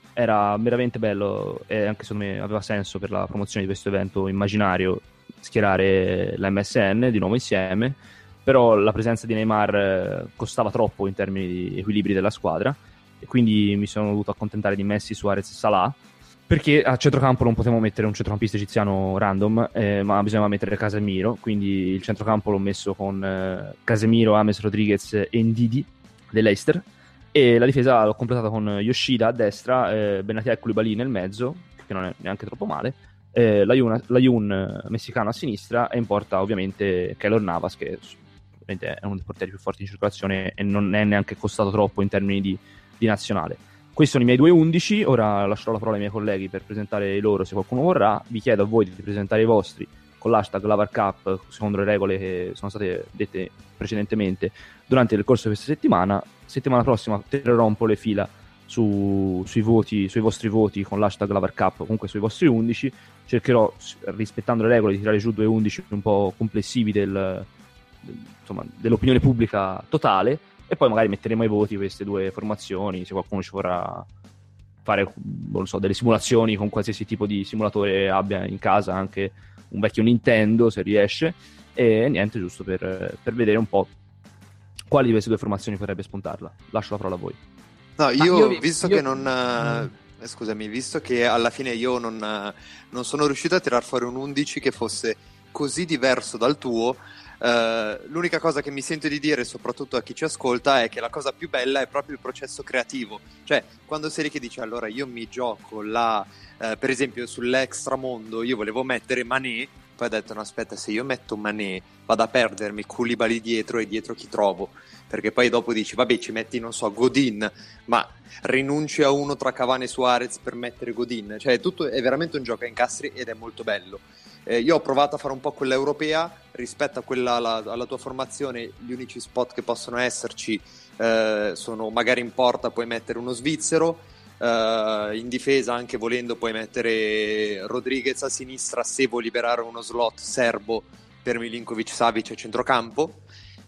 era veramente bello, e anche secondo me aveva senso per la promozione di questo evento immaginario schierare la M S N di nuovo insieme, però la presenza di Neymar costava troppo in termini di equilibri della squadra, e quindi mi sono dovuto accontentare di Messi, Suarez e Salah, perché a centrocampo non potevo mettere un centrocampista egiziano random, eh, ma bisognava mettere Casemiro, quindi il centrocampo l'ho messo con eh, Casemiro, James Rodriguez e Ndidi dell'Leicester, e la difesa l'ho completata con Yoshida a destra, eh, Benatia e Koulibaly nel mezzo, che non è neanche troppo male, eh, la Jun messicano a sinistra, e in porta ovviamente Keylor Navas, che è uno dei portieri più forti in circolazione e non è neanche costato troppo in termini di, di nazionale. Questi sono i miei due undici. Ora lascerò la parola ai miei colleghi per presentare i loro, se qualcuno vorrà. Vi chiedo a voi di presentare i vostri con l'hashtag LavarCup, secondo le regole che sono state dette precedentemente durante il corso di questa settimana. Settimana prossima tirerò un po' le fila su, sui voti, sui vostri voti con l'hashtag LavarCup, comunque sui vostri undici. Cercherò, rispettando le regole, di tirare giù due undici un po' complessivi del, del, insomma, dell'opinione pubblica totale, e poi magari metteremo ai voti queste due formazioni, se qualcuno ci vorrà fare, non so, delle simulazioni con qualsiasi tipo di simulatore abbia in casa, anche un vecchio Nintendo se riesce, e niente, giusto per, per vedere un po' quali di queste due formazioni potrebbe spuntarla. Lascio la parola a voi. No, io, io visto io... che non... Uh, scusami, visto che alla fine io non, uh, non sono riuscito a tirar fuori un undici che fosse così diverso dal tuo, uh, l'unica cosa che mi sento di dire, soprattutto a chi ci ascolta, è che la cosa più bella è proprio il processo creativo. Cioè, quando sei lì che dici, allora io mi gioco la... Uh, per esempio sull'extramondo io volevo mettere Mané, poi ho detto no aspetta, se io metto Mané vado a perdermi Koulibaly dietro, e dietro chi trovo? Perché poi dopo dici vabbè, ci metti, non so, Godin, ma rinunci a uno tra Cavani e Suarez per mettere Godin. Cioè tutto è veramente un gioco a incastri ed è molto bello. Eh, io ho provato a fare un po' quella europea rispetto a quella alla, alla tua formazione. Gli unici spot che possono esserci eh, sono magari in porta puoi mettere uno svizzero, Uh, in difesa, anche volendo, puoi mettere Rodriguez a sinistra se vuoi liberare uno slot serbo per Milinkovic Savic a centrocampo.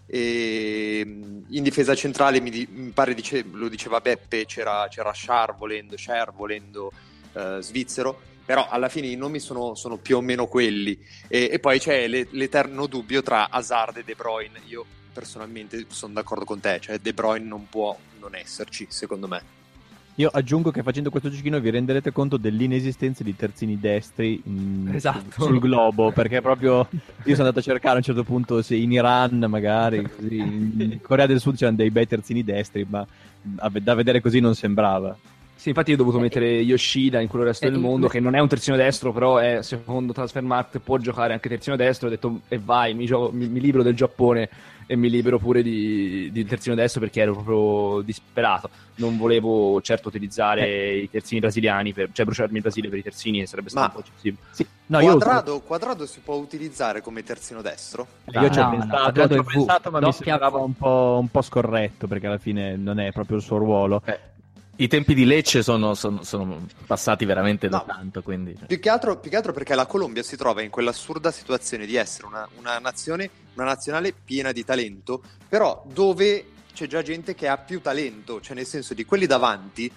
E in difesa centrale mi, di- mi pare dice- lo diceva Beppe, c'era, c'era Schär volendo, Schär volendo uh, svizzero, però alla fine i nomi sono, sono più o meno quelli, e, e poi c'è le- l'eterno dubbio tra Hazard e De Bruyne. Io personalmente sono d'accordo con te, cioè De Bruyne non può non esserci, secondo me. Io aggiungo che facendo questo giochino vi renderete conto dell'inesistenza di terzini destri in, esatto. sul globo, perché proprio io sono andato a cercare a un certo punto se in Iran magari, così, in Corea del Sud c'erano dei bei terzini destri, ma da vedere così non sembrava. Sì, infatti io ho dovuto mettere Yoshida in quello resto del mondo, che non è un terzino destro, però è, secondo Transfermarkt può giocare anche terzino destro. Ho detto, e vai, mi, gioco, mi, mi libero del Giappone e mi libero pure di, di terzino destro, perché ero proprio disperato. Non volevo certo utilizzare eh. i terzini brasiliani, per, cioè bruciarmi il Brasile per i terzini, sarebbe stato Ma un po' eccessivo. Sì. No, Quadrado, io... Quadrado si può utilizzare come terzino destro? Eh, io ci ho no, pensato, no, ci ho pensato ma no, mi sembrava un po', un po' scorretto, perché alla fine non è proprio il suo ruolo. Eh. I tempi di Lecce sono, sono, sono passati veramente da no, tanto, quindi... Più che, altro, più che altro perché la Colombia si trova in quell'assurda situazione di essere una, una nazione, una nazionale piena di talento, però dove c'è già gente che ha più talento, cioè nel senso di quelli davanti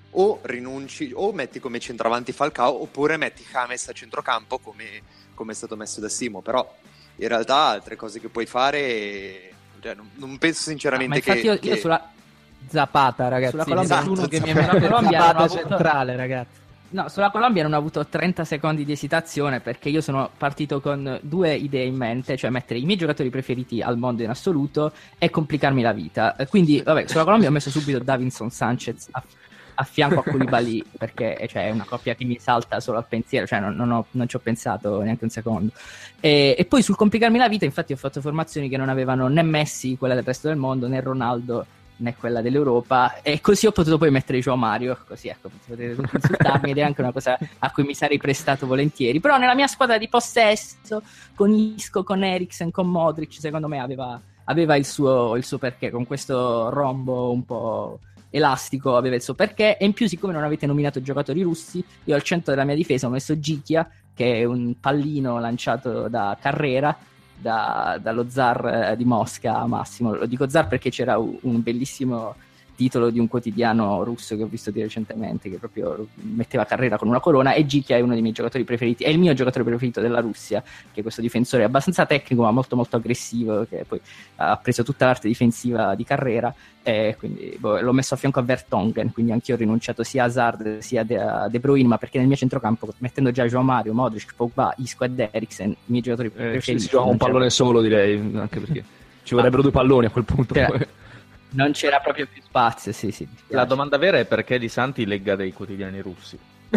o rinunci o metti come centravanti Falcao oppure metti James a centrocampo come, come è stato messo da Simo, però in realtà altre cose che puoi fare, cioè, non, non penso sinceramente no, ma che... io, io che... sulla... Zapata, ragazzi, sulla Colombia, nessuno esatto, che mi sulla mette Colombia Zapata avuto... centrale, ragazzi. No, sulla Colombia non ho avuto trenta secondi di esitazione, perché io sono partito con due idee in mente, cioè mettere i miei giocatori preferiti al mondo in assoluto e complicarmi la vita. Quindi, vabbè, sulla Colombia ho messo subito Davinson Sanchez a, a fianco a Koulibaly, perché cioè, è una coppia che mi salta solo al pensiero, cioè non, non, ho, non ci ho pensato neanche un secondo. E, e poi sul complicarmi la vita, infatti, ho fatto formazioni che non avevano né Messi, quella del resto del mondo, né Ronaldo, né quella dell'Europa, e così ho potuto poi mettere João Mario, così ecco, potete consultarmi, ed è anche una cosa a cui mi sarei prestato volentieri. Però nella mia squadra di possesso, con Isco, con Eriksen, con Modric, secondo me aveva, aveva il, suo, il suo perché, con questo rombo un po' elastico aveva il suo perché, e in più, siccome non avete nominato giocatori russi, io al centro della mia difesa ho messo Gichia, che è un pallino lanciato da Carrera, Da, dallo zar di Mosca, Massimo. Lo dico zar perché c'era un bellissimo titolo di un quotidiano russo che ho visto di recentemente, che proprio metteva Carrera con una corona, e Gichia è uno dei miei giocatori preferiti, è il mio giocatore preferito della Russia, che è questo difensore abbastanza tecnico ma molto molto aggressivo, che poi ha preso tutta l'arte difensiva di Carrera, e quindi boh, l'ho messo a fianco a Vertonghen, quindi anch'io ho rinunciato sia a Hazard sia a De Bruyne, ma perché nel mio centrocampo, mettendo già João Mario, Modric, Pogba, Isco ed Eriksen, i miei giocatori eh, preferiti, si gioca un pallone solo, direi, anche perché ci vorrebbero due palloni a quel punto. Cioè, non c'era proprio più spazio, sì, sì. La domanda vera è perché Di Santi legga dei quotidiani russi.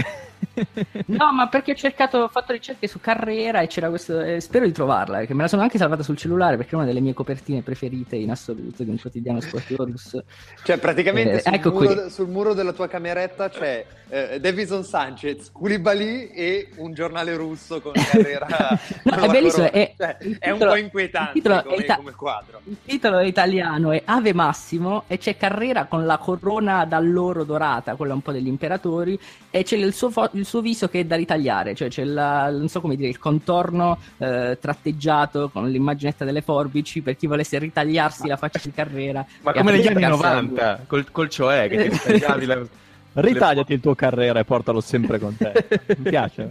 No, ma perché ho cercato, ho fatto ricerche su Carrera e c'era questo, eh, spero di trovarla, eh, che me la sono anche salvata sul cellulare, perché è una delle mie copertine preferite in assoluto di un quotidiano sportivo russo. Cioè praticamente eh, sul, ecco muro, qui. sul muro della tua cameretta c'è eh, Davison Sanchez, Koulibaly e un giornale russo con Carrera. No, con è bellissimo, è, cioè, il è un titolo- po' inquietante il titolo come, è ita- come quadro. Il titolo è italiano, è Ave Massimo, e c'è Carrera con la corona d'alloro dorata, quella un po' degli imperatori, e c'è il suo, fo- il suo viso che è da ritagliare, cioè c'è la, non so come dire, il contorno eh, tratteggiato con l'immaginetta delle forbici per chi volesse ritagliarsi la faccia di Carrera. Ma come negli anni novanta, col, col cioè che ti ritagliavi la... Ritagliati il tuo Carrera e portalo sempre con te. Mi piace.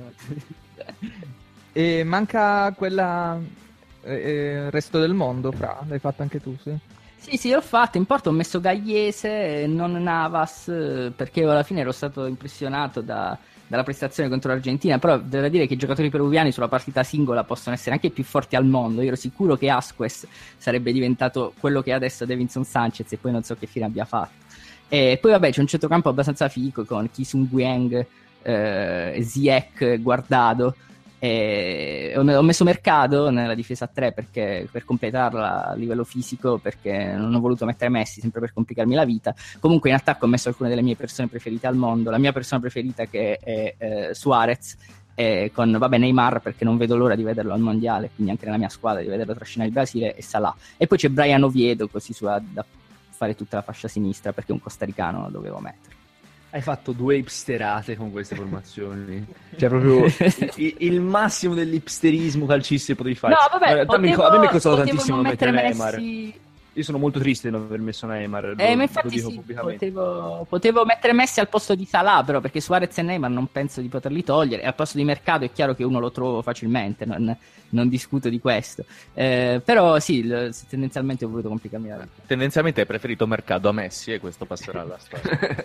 E manca quella eh, eh, resto del mondo, Fra, l'hai fatta anche tu, sì? Sì, sì, l'ho fatto, in porto ho messo Gagliese, non Navas, eh, perché alla fine ero stato impressionato da, dalla prestazione contro l'Argentina, però devo dire che i giocatori peruviani sulla partita singola possono essere anche più forti al mondo. Io ero sicuro che Asquez sarebbe diventato quello che è adesso Davinson Sanchez, e poi non so che fine abbia fatto. E poi vabbè, c'è un centrocampo abbastanza fico con Ki-Sung Gueng, eh, Ziyech, Guardado. E ho messo Mercado nella difesa a tre perché, per completarla a livello fisico, perché non ho voluto mettere Messi, sempre per complicarmi la vita. Comunque in attacco ho messo alcune delle mie persone preferite al mondo. La mia persona preferita, che è eh, Suarez, e con vabbè Neymar, perché non vedo l'ora di vederlo al mondiale, quindi anche nella mia squadra di vederlo trascinare il Brasile, e Salah. E poi c'è Brian Oviedo, così su, da fare tutta la fascia sinistra, perché un costaricano lo dovevo mettere. Hai fatto due hipsterate con queste formazioni. Cioè, proprio il, il massimo dell'ipsterismo calcistico potevi fare. No, vabbè, Guarda, potevo, a me mi è costato potevo tantissimo non mettere mettere Neymar. Messi. Io sono molto triste di non aver messo Neymar. Eh, lo, ma infatti lo dico sì, pubblicamente. potevo, potevo mettere Messi al posto di Salah, però, perché Suarez e Neymar non penso di poterli togliere. E al posto di Mercato è chiaro che uno lo trovo facilmente, non, non discuto di questo. Eh, però sì, l- tendenzialmente ho voluto complicarmi la vita. Tendenzialmente hai preferito Mercato a Messi e questo passerà alla storia.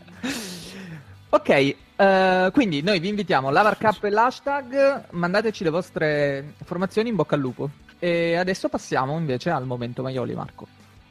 Ok, eh, quindi noi vi invitiamo, Lavar Cup e l'hashtag, mandateci le vostre formazioni, in bocca al lupo. E adesso passiamo invece al momento Maioli, Marco.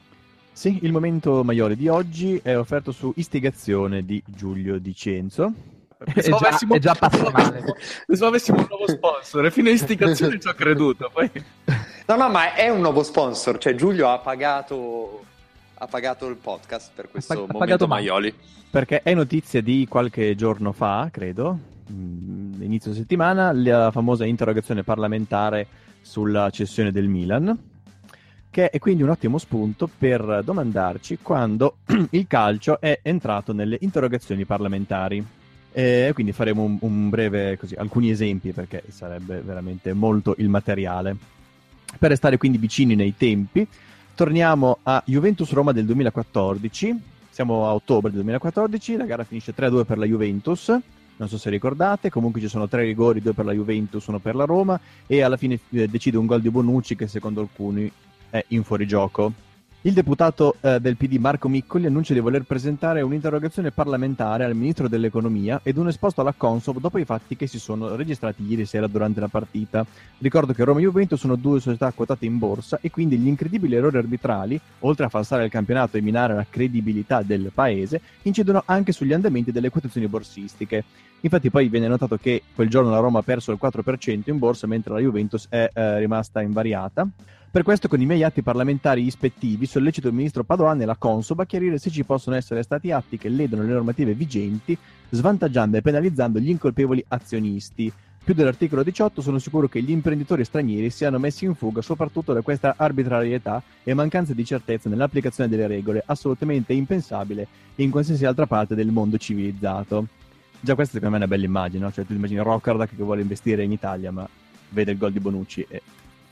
Sì, il momento Maioli di oggi è offerto su istigazione di Giulio Di Cenzo. È già, avessimo... è già passionale. Se avessimo un nuovo sponsor e fino a istigazione ci ho creduto. Poi... No, no, ma è un nuovo sponsor, cioè Giulio ha pagato, ha pagato il podcast per questo Ha momento pagato Maioli. Perché è notizia di qualche giorno fa, credo, inizio settimana, la famosa interrogazione parlamentare sulla cessione del Milan, che è quindi un ottimo spunto per domandarci quando il calcio è entrato nelle interrogazioni parlamentari. E quindi faremo un, un breve, così, alcuni esempi, perché sarebbe veramente molto il materiale. Per restare quindi vicini nei tempi, torniamo a Juventus-Roma del duemilaquattordici. Siamo a ottobre del duemilaquattordici, la gara finisce tre a due per la Juventus. Non so se ricordate, comunque ci sono tre rigori, due per la Juventus, uno per la Roma, e alla fine eh, decide un gol di Bonucci che secondo alcuni è in fuorigioco. Il deputato eh, del P D Marco Miccoli annuncia di voler presentare un'interrogazione parlamentare al ministro dell'economia ed un esposto alla Consob dopo i fatti che si sono registrati ieri sera durante la partita. Ricordo che Roma e Juventus sono due società quotate in borsa e quindi gli incredibili errori arbitrali, oltre a falsare il campionato e minare la credibilità del paese, incidono anche sugli andamenti delle quotazioni borsistiche. Infatti poi viene notato che quel giorno la Roma ha perso il quattro per cento in borsa mentre la Juventus è eh, rimasta invariata. Per questo, con i miei atti parlamentari ispettivi, sollecito il ministro Padoan e la Consob a chiarire se ci possono essere stati atti che ledono le normative vigenti, svantaggiando e penalizzando gli incolpevoli azionisti. Più dell'articolo diciotto, sono sicuro che gli imprenditori stranieri siano messi in fuga soprattutto da questa arbitrarietà e mancanza di certezza nell'applicazione delle regole, assolutamente impensabile in qualsiasi altra parte del mondo civilizzato. Già questa secondo me è una bella immagine, no? Cioè tu immagini Roccarda che vuole investire in Italia ma vede il gol di Bonucci e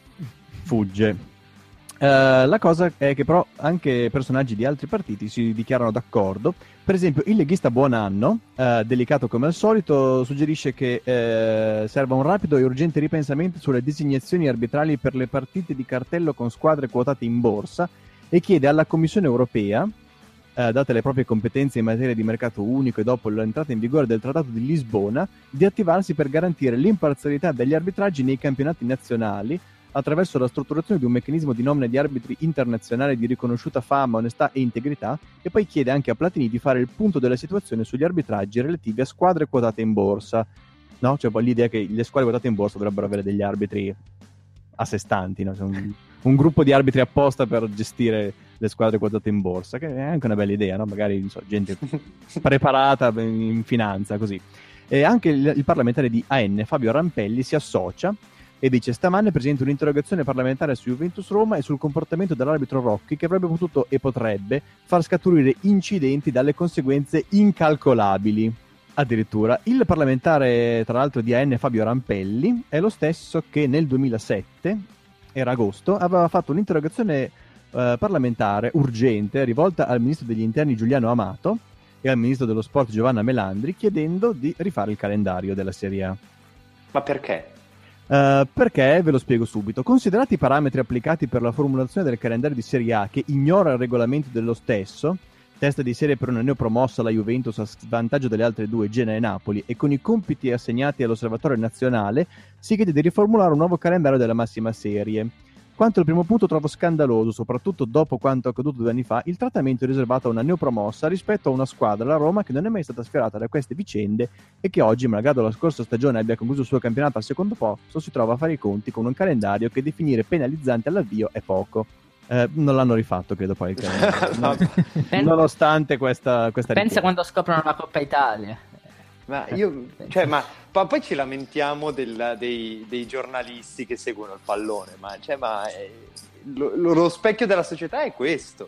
fugge. Uh, la cosa è che però anche personaggi di altri partiti si dichiarano d'accordo. Per esempio il leghista Buonanno, uh, delicato come al solito, suggerisce che uh, serva un rapido e urgente ripensamento sulle designazioni arbitrali per le partite di cartello con squadre quotate in borsa e chiede alla Commissione europea, uh, date le proprie competenze in materia di mercato unico e dopo l'entrata in vigore del Trattato di Lisbona, di attivarsi per garantire l'imparzialità degli arbitraggi nei campionati nazionali attraverso la strutturazione di un meccanismo di nomina di arbitri internazionali di riconosciuta fama, onestà e integrità, e poi chiede anche a Platini di fare il punto della situazione sugli arbitraggi relativi a squadre quotate in borsa. No? Cioè poi l'idea che le squadre quotate in borsa dovrebbero avere degli arbitri a sé stanti, no? Cioè un, un gruppo di arbitri apposta per gestire le squadre quotate in borsa, che è anche una bella idea, no? Magari non so, gente preparata in finanza, così. E anche il, il parlamentare di A N, Fabio Rampelli, si associa e dice: stamane presenta un'interrogazione parlamentare su Juventus Roma e sul comportamento dell'arbitro Rocchi, che avrebbe potuto e potrebbe far scaturire incidenti dalle conseguenze incalcolabili. Addirittura il parlamentare, tra l'altro, di A N, Fabio Rampelli, è lo stesso che nel duemilasette, era agosto, aveva fatto un'interrogazione eh, parlamentare urgente rivolta al ministro degli interni Giuliano Amato e al ministro dello sport Giovanna Melandri, chiedendo di rifare il calendario della Serie A. Ma perché? Uh, perché ve lo spiego subito. Considerati i parametri applicati per la formulazione del calendario di Serie A, che ignora il regolamento dello stesso, testa di serie per una neopromossa la Juventus a svantaggio delle altre due, Genoa e Napoli, e con i compiti assegnati all'osservatorio nazionale, si chiede di riformulare un nuovo calendario della massima serie. Quanto al primo punto, trovo scandaloso, soprattutto dopo quanto accaduto due anni fa, il trattamento riservato a una neopromossa rispetto a una squadra, la Roma, che non è mai stata sfiorata da queste vicende e che oggi, malgrado la scorsa stagione abbia concluso il suo campionato al secondo posto, si trova a fare i conti con un calendario che definire penalizzante all'avvio è poco. Eh, non l'hanno rifatto, credo, poi il calendario. no, nonostante questa, questa pensa quando scoprono la Coppa Italia. Ma io, cioè, ma poi ci lamentiamo del, dei, dei giornalisti che seguono il pallone, ma, cioè, ma eh, lo, lo specchio della società è questo.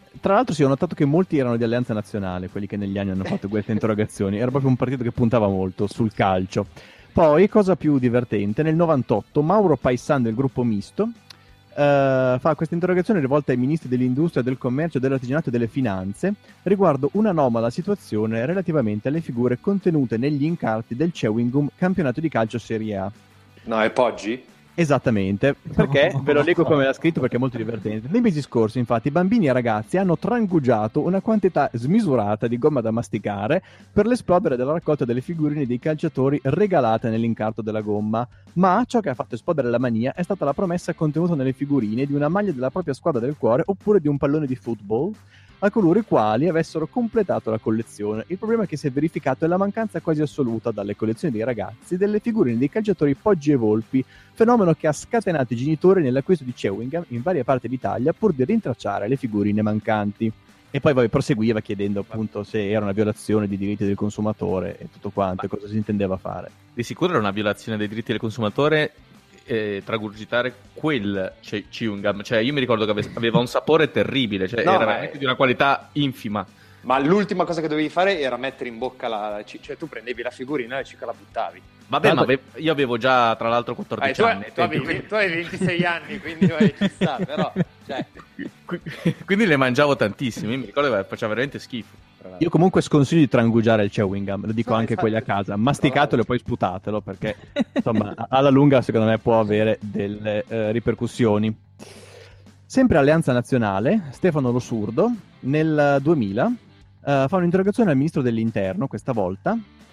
Tra l'altro sì, ho notato che molti erano di Alleanza Nazionale, quelli che negli anni hanno fatto queste interrogazioni. Era proprio un partito che puntava molto sul calcio. Poi, cosa più divertente, nel novantotto Mauro Paissan del gruppo Misto uh, fa questa interrogazione rivolta ai ministri dell'industria, del commercio, dell'artigianato e delle finanze riguardo un'anomala situazione relativamente alle figure contenute negli incarti del Cewingum campionato di calcio Serie A. No, è Poggi? Esattamente, perché ve lo leggo come l'ha scritto perché è molto divertente. Nei mesi scorsi, infatti, bambini e ragazzi hanno trangugiato una quantità smisurata di gomma da masticare per l'esplodere della raccolta delle figurine dei calciatori regalate nell'incarto della gomma. Ma ciò che ha fatto esplodere la mania è stata la promessa contenuta nelle figurine di una maglia della propria squadra del cuore oppure di un pallone di football a coloro i quali avessero completato la collezione. Il problema che si è verificato è la mancanza quasi assoluta dalle collezioni dei ragazzi delle figurine dei calciatori Poggi e Volpi, fenomeno che ha scatenato i genitori nell'acquisto di Chewingham in varie parti d'Italia pur di rintracciare le figurine mancanti. E poi, poi proseguiva chiedendo appunto se era una violazione dei diritti del consumatore e tutto quanto, e cosa si intendeva fare. Di sicuro era una violazione dei diritti del consumatore eh, tragurgitare quel c- chewing gum. Cioè io mi ricordo che ave- aveva un sapore terribile, cioè No, era ma veramente è- di una qualità infima. Ma l'ultima cosa che dovevi fare era mettere in bocca la... cioè tu prendevi la figurina e ci la buttavi. Vabbè, ma ave- io avevo già tra l'altro quattordici Eh, tu, anni. tu, avevi, tu hai ventisei anni, quindi vai, ci sta, però... Cioè... Quindi le mangiavo tantissimo, io mi ricordo che faceva veramente schifo. Io comunque sconsiglio di trangugiare il chewing-gum, lo dico No, anche a infatti, quelli a casa, masticatelo e poi sputatelo, perché insomma alla lunga secondo me può avere delle eh, ripercussioni. Sempre Alleanza Nazionale, Stefano Lo Surdo, nel duemila eh, fa un'interrogazione al ministro dell'Interno, questa volta.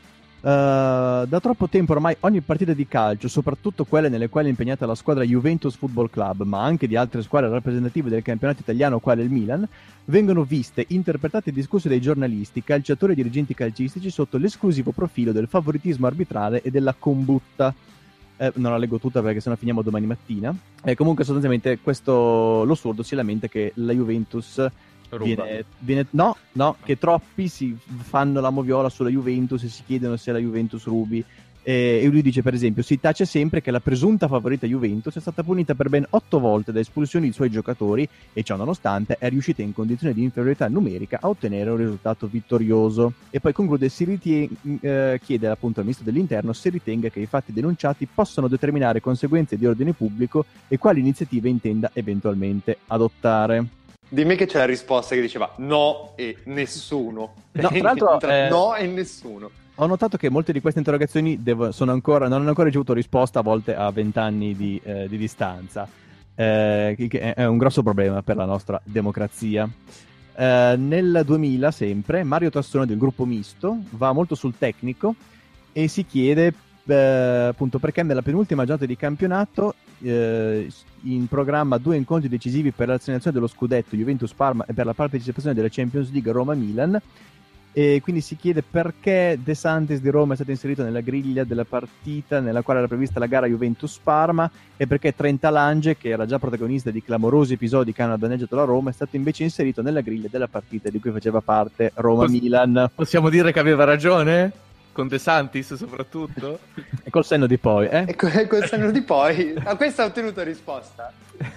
Uh, da troppo tempo ormai ogni partita di calcio, soprattutto quelle nelle quali è impegnata la squadra Juventus Football Club, ma anche di altre squadre rappresentative del campionato italiano quale il Milan, vengono viste, interpretate e discusse dai giornalisti, calciatori e dirigenti calcistici sotto l'esclusivo profilo del favoritismo arbitrale e della combutta. Eh, non la leggo tutta perché sennò finiamo domani mattina. E comunque sostanzialmente questo Lo Surdo si lamenta che la Juventus Viene, viene, no, no, che troppi si fanno la moviola sulla Juventus e si chiedono se la Juventus rubi. E, e lui dice, per esempio, si tace sempre che la presunta favorita Juventus è stata punita per ben otto volte da espulsioni di suoi giocatori e ciò nonostante è riuscita in condizioni di inferiorità numerica a ottenere un risultato vittorioso. E poi conclude, si ritie- eh, chiede appunto al ministro dell'Interno se ritenga che i fatti denunciati possano determinare conseguenze di ordine pubblico e quali iniziative intenda eventualmente adottare. Dimmi che c'è la risposta che diceva no e nessuno. No, tra l'altro, eh, no e nessuno. Ho notato che molte di queste interrogazioni devo, sono ancora, non hanno ancora ricevuto risposta, a volte a vent'anni di, eh, di distanza, eh, che è un grosso problema per la nostra democrazia. Eh, nel duemila, sempre, Mario Tassone del gruppo Misto va molto sul tecnico e si chiede eh, appunto perché nella penultima giornata di campionato eh, in programma due incontri decisivi per l'assegnazione dello scudetto Juventus-Parma e per la partecipazione della Champions League Roma-Milan, e quindi si chiede perché De Santis di Roma è stato inserito nella griglia della partita nella quale era prevista la gara Juventus-Parma e perché Trentalange, che era già protagonista di clamorosi episodi che hanno danneggiato la Roma, è stato invece inserito nella griglia della partita di cui faceva parte Roma-Milan. Possiamo dire che aveva ragione? Con De Santis soprattutto? E col senno di poi, eh? E col, col senno di poi? A questa ha ottenuto risposta?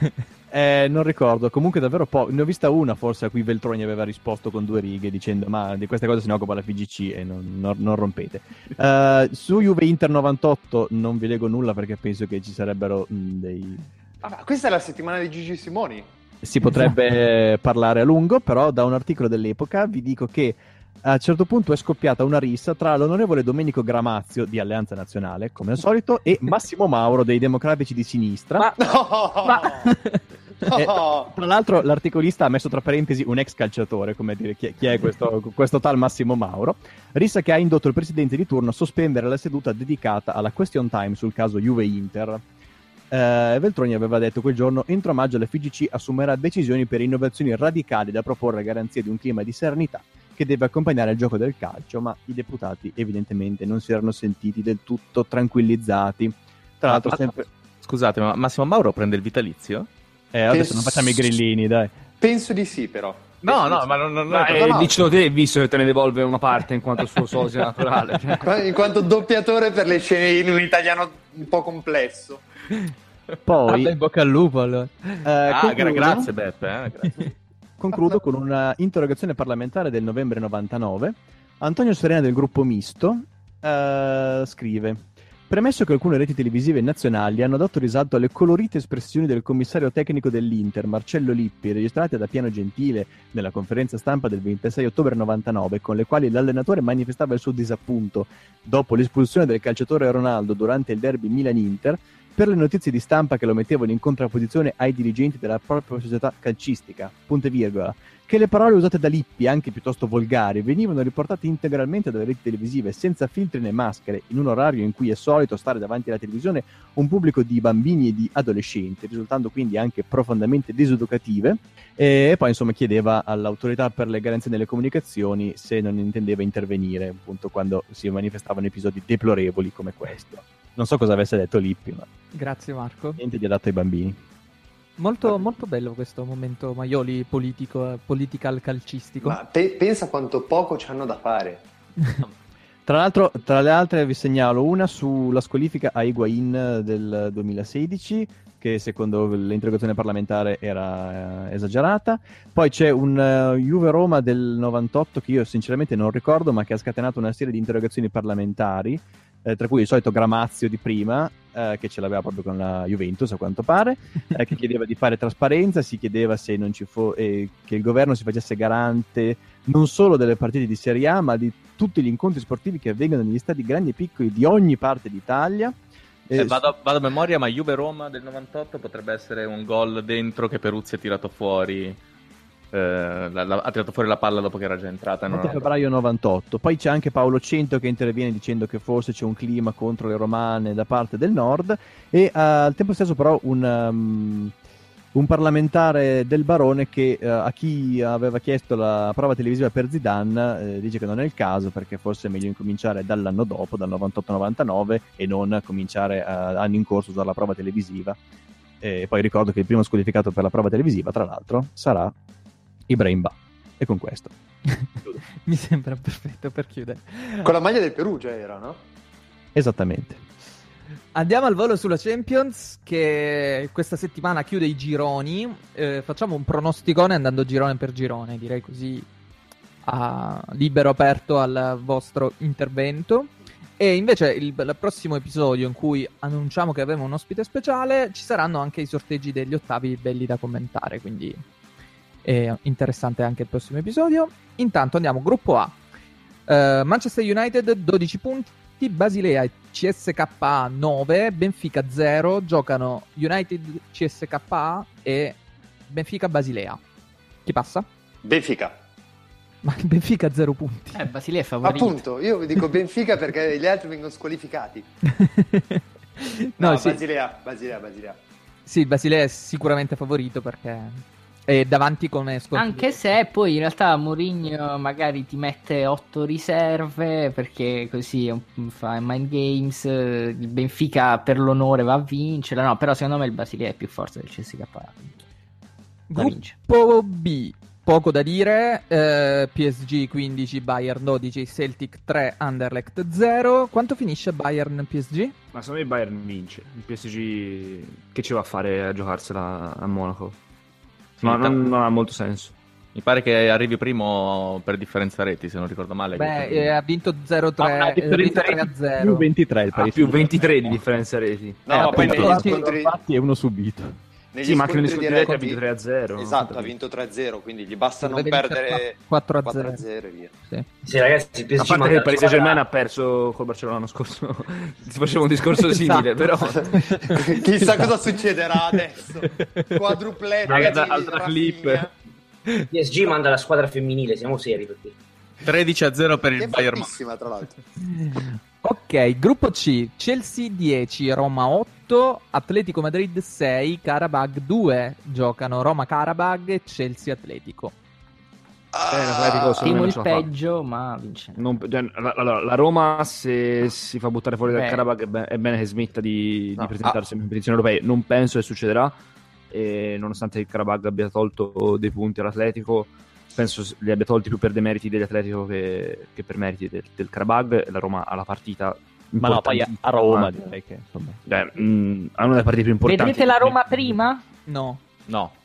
Eh, non ricordo, comunque davvero poco. Ne ho vista una forse a cui Veltroni aveva risposto con due righe dicendo ma di queste cose se ne occupa la F G C e non, non, non rompete. Uh, su Juve Inter novantotto non vi leggo nulla perché penso che ci sarebbero mh, dei... Ah, questa è la settimana di Gigi Simoni. Si potrebbe parlare a lungo, però da un articolo dell'epoca vi dico che a un certo punto è scoppiata una rissa tra l'onorevole Domenico Gramazio di Alleanza Nazionale, come al solito, e Massimo Mauro dei Democratici di Sinistra. Ma no! Ma... no! Eh, tra, tra l'altro l'articolista ha messo tra parentesi un ex calciatore, come dire chi, chi è questo, questo tal Massimo Mauro, rissa che ha indotto il presidente di turno a sospendere la seduta dedicata alla question time sul caso Juve-Inter. Eh, Veltroni aveva detto quel giorno: entro maggio la F G C assumerà decisioni per innovazioni radicali da proporre a garanzia di un clima di serenità che deve accompagnare il gioco del calcio, ma i deputati evidentemente non si erano sentiti del tutto tranquillizzati. Tra l'altro, ma, sempre... Scusate, ma Massimo Mauro prende il vitalizio? Eh, adesso non facciamo i grillini, dai. Penso di sì, però. No, no, ma non... non ma no, eh, no. Dicelo te, visto che te ne devolve una parte in quanto suo socio naturale. In quanto doppiatore per le scene in un italiano un po' complesso. Poi... in bocca al lupo, allora. Eh, ah, concludo... grazie Beppe, eh, grazie. concludo con una interrogazione parlamentare del novembre novantanove. Antonio Serena del gruppo Misto uh, scrive: premesso che alcune reti televisive nazionali hanno dato risalto alle colorite espressioni del commissario tecnico dell'Inter, Marcello Lippi, registrate da Piano Gentile nella conferenza stampa del ventisei ottobre novantanove, con le quali l'allenatore manifestava il suo disappunto dopo l'espulsione del calciatore Ronaldo durante il derby Milan-Inter, per le notizie di stampa che lo mettevano in contrapposizione ai dirigenti della propria società calcistica, punto e virgola, che le parole usate da Lippi, anche piuttosto volgari, venivano riportate integralmente dalle reti televisive, senza filtri né maschere, in un orario in cui è solito stare davanti alla televisione un pubblico di bambini e di adolescenti, risultando quindi anche profondamente diseducative, e poi insomma chiedeva all'autorità per le garanzie nelle comunicazioni se non intendeva intervenire, appunto, quando si manifestavano episodi deplorevoli come questo. Non so cosa avesse detto Lippi, ma Grazie Marco. niente di adatto ai bambini. Molto, molto bello questo momento Maioli politico, political calcistico. Ma pe- pensa quanto poco ci hanno da fare. Tra l'altro, tra le altre vi segnalo una sulla squalifica a Higuain del duemilasedici, che secondo l'interrogazione parlamentare era eh, esagerata. Poi c'è un uh, Juve-Roma del novantotto che io sinceramente non ricordo, ma che ha scatenato una serie di interrogazioni parlamentari, eh, tra cui il solito Gramazio di prima, eh, che ce l'aveva proprio con la Juventus a quanto pare, eh, che chiedeva di fare trasparenza, si chiedeva se non ci fo- eh, che il governo si facesse garante non solo delle partite di Serie A, ma di tutti gli incontri sportivi che avvengono negli stadi grandi e piccoli di ogni parte d'Italia. Eh, vado, vado a memoria, ma Juve-Roma del novantotto potrebbe essere un gol dentro che Peruzzi ha tirato fuori. Eh, la, la, ha tirato fuori la palla dopo che era già entrata. nove febbraio novantotto. Poi c'è anche Paolo Cento che interviene dicendo che forse c'è un clima contro le romane da parte del nord, e uh, al tempo stesso però un, um, un parlamentare del Barone che uh, a chi aveva chiesto la prova televisiva per Zidane eh, dice che non è il caso, perché forse è meglio incominciare dall'anno dopo, dal novantotto novantanove, e non cominciare uh, anni in corso a usare la prova televisiva. E poi ricordo che il primo squalificato per la prova televisiva, tra l'altro, sarà Ibrahim Ba. E con questo mi sembra perfetto per chiudere. Con la maglia del Perugia era, no? Esattamente. Andiamo al volo sulla Champions, che questa settimana chiude i gironi. Eh, facciamo un pronosticone andando girone per girone, direi così, a libero aperto al vostro intervento. E invece il, il prossimo episodio, in cui annunciamo che avremo un ospite speciale, ci saranno anche i sorteggi degli ottavi belli da commentare, quindi è interessante anche il prossimo episodio. Intanto andiamo gruppo A. uh, Manchester United dodici punti, Basilea e C S K A nove, Benfica zero. Giocano United C S K A e Benfica Basilea. Chi passa? Benfica. Ma Benfica zero punti. Eh, Basilea è favorito. Appunto, io dico Benfica perché gli altri vengono squalificati. no, no sì. Basilea, Basilea, Basilea. Sì, il Basilea è sicuramente favorito perché è davanti come sconto. Anche se poi in realtà Mourinho magari ti mette otto riserve, perché così fa mind games, il Benfica per l'onore va a vincere. No, però secondo me il Basilea è più forte del C S K A. Gruppo B, poco da dire. eh, P S G quindici, Bayern dodici, Celtic tre, Anderlecht zero. Quanto finisce Bayern P S G? Ma secondo me il Bayern vince. Il P S G che ci va a fare a giocarsela a Monaco? Sì, no, ta- non, non ha molto senso. Mi pare che arrivi primo per differenza reti, se non ricordo male. Beh, eh, ha vinto zero tre, Ah, ha vinto tre a zero. Più ventitré il Ah, Paris. più ventitré di differenza reti. No, Eh, ma poi appunto, negli sì, scontri... Infatti è uno subito. Negli Sì, ma anche negli scontri scontri diretti ha diretti- vinto tre a zero. Esatto, ha vinto tre a zero, quindi gli basta non Dovrebbe perdere vincere quattro a quattro a zero. zero e via. Sì. Sì, ragazzi, il P S G A parte che manda il Paris la Saint-Germain squadra- ha perso col Barcellona l'anno scorso. Si faceva un discorso simile, però. Chissà cosa succederà adesso. Quadrupletta Altra- di altra clip. Rafinha. P S G manda la squadra femminile, siamo seri perché. tredici a zero per Che il è Bayern. fortissima, tra l'altro. Ok, gruppo C, Chelsea dieci, Roma otto, Atletico Madrid sei, Karabag due. Giocano Roma Karabag e Chelsea Atletico. Eh, l'Atletico secondo me Temo non il ce la fa. peggio, ma vince. Non- cioè, la, la- la Roma, se si fa buttare fuori dal Beh. Karabakh, è, be- è bene che smetta di, No, di presentarsi in competizioni europee. Non penso che succederà. E nonostante il Karabakh abbia tolto dei punti all'Atletico, penso li abbia tolti più per demeriti dell'Atletico che, che per meriti del, del Karabakh. La Roma ha la partita Ma no, poi a importantissima. a Roma direi che insomma. Cioè, mh, ha una delle partite più importanti. Vedrete la Roma prima? No. No.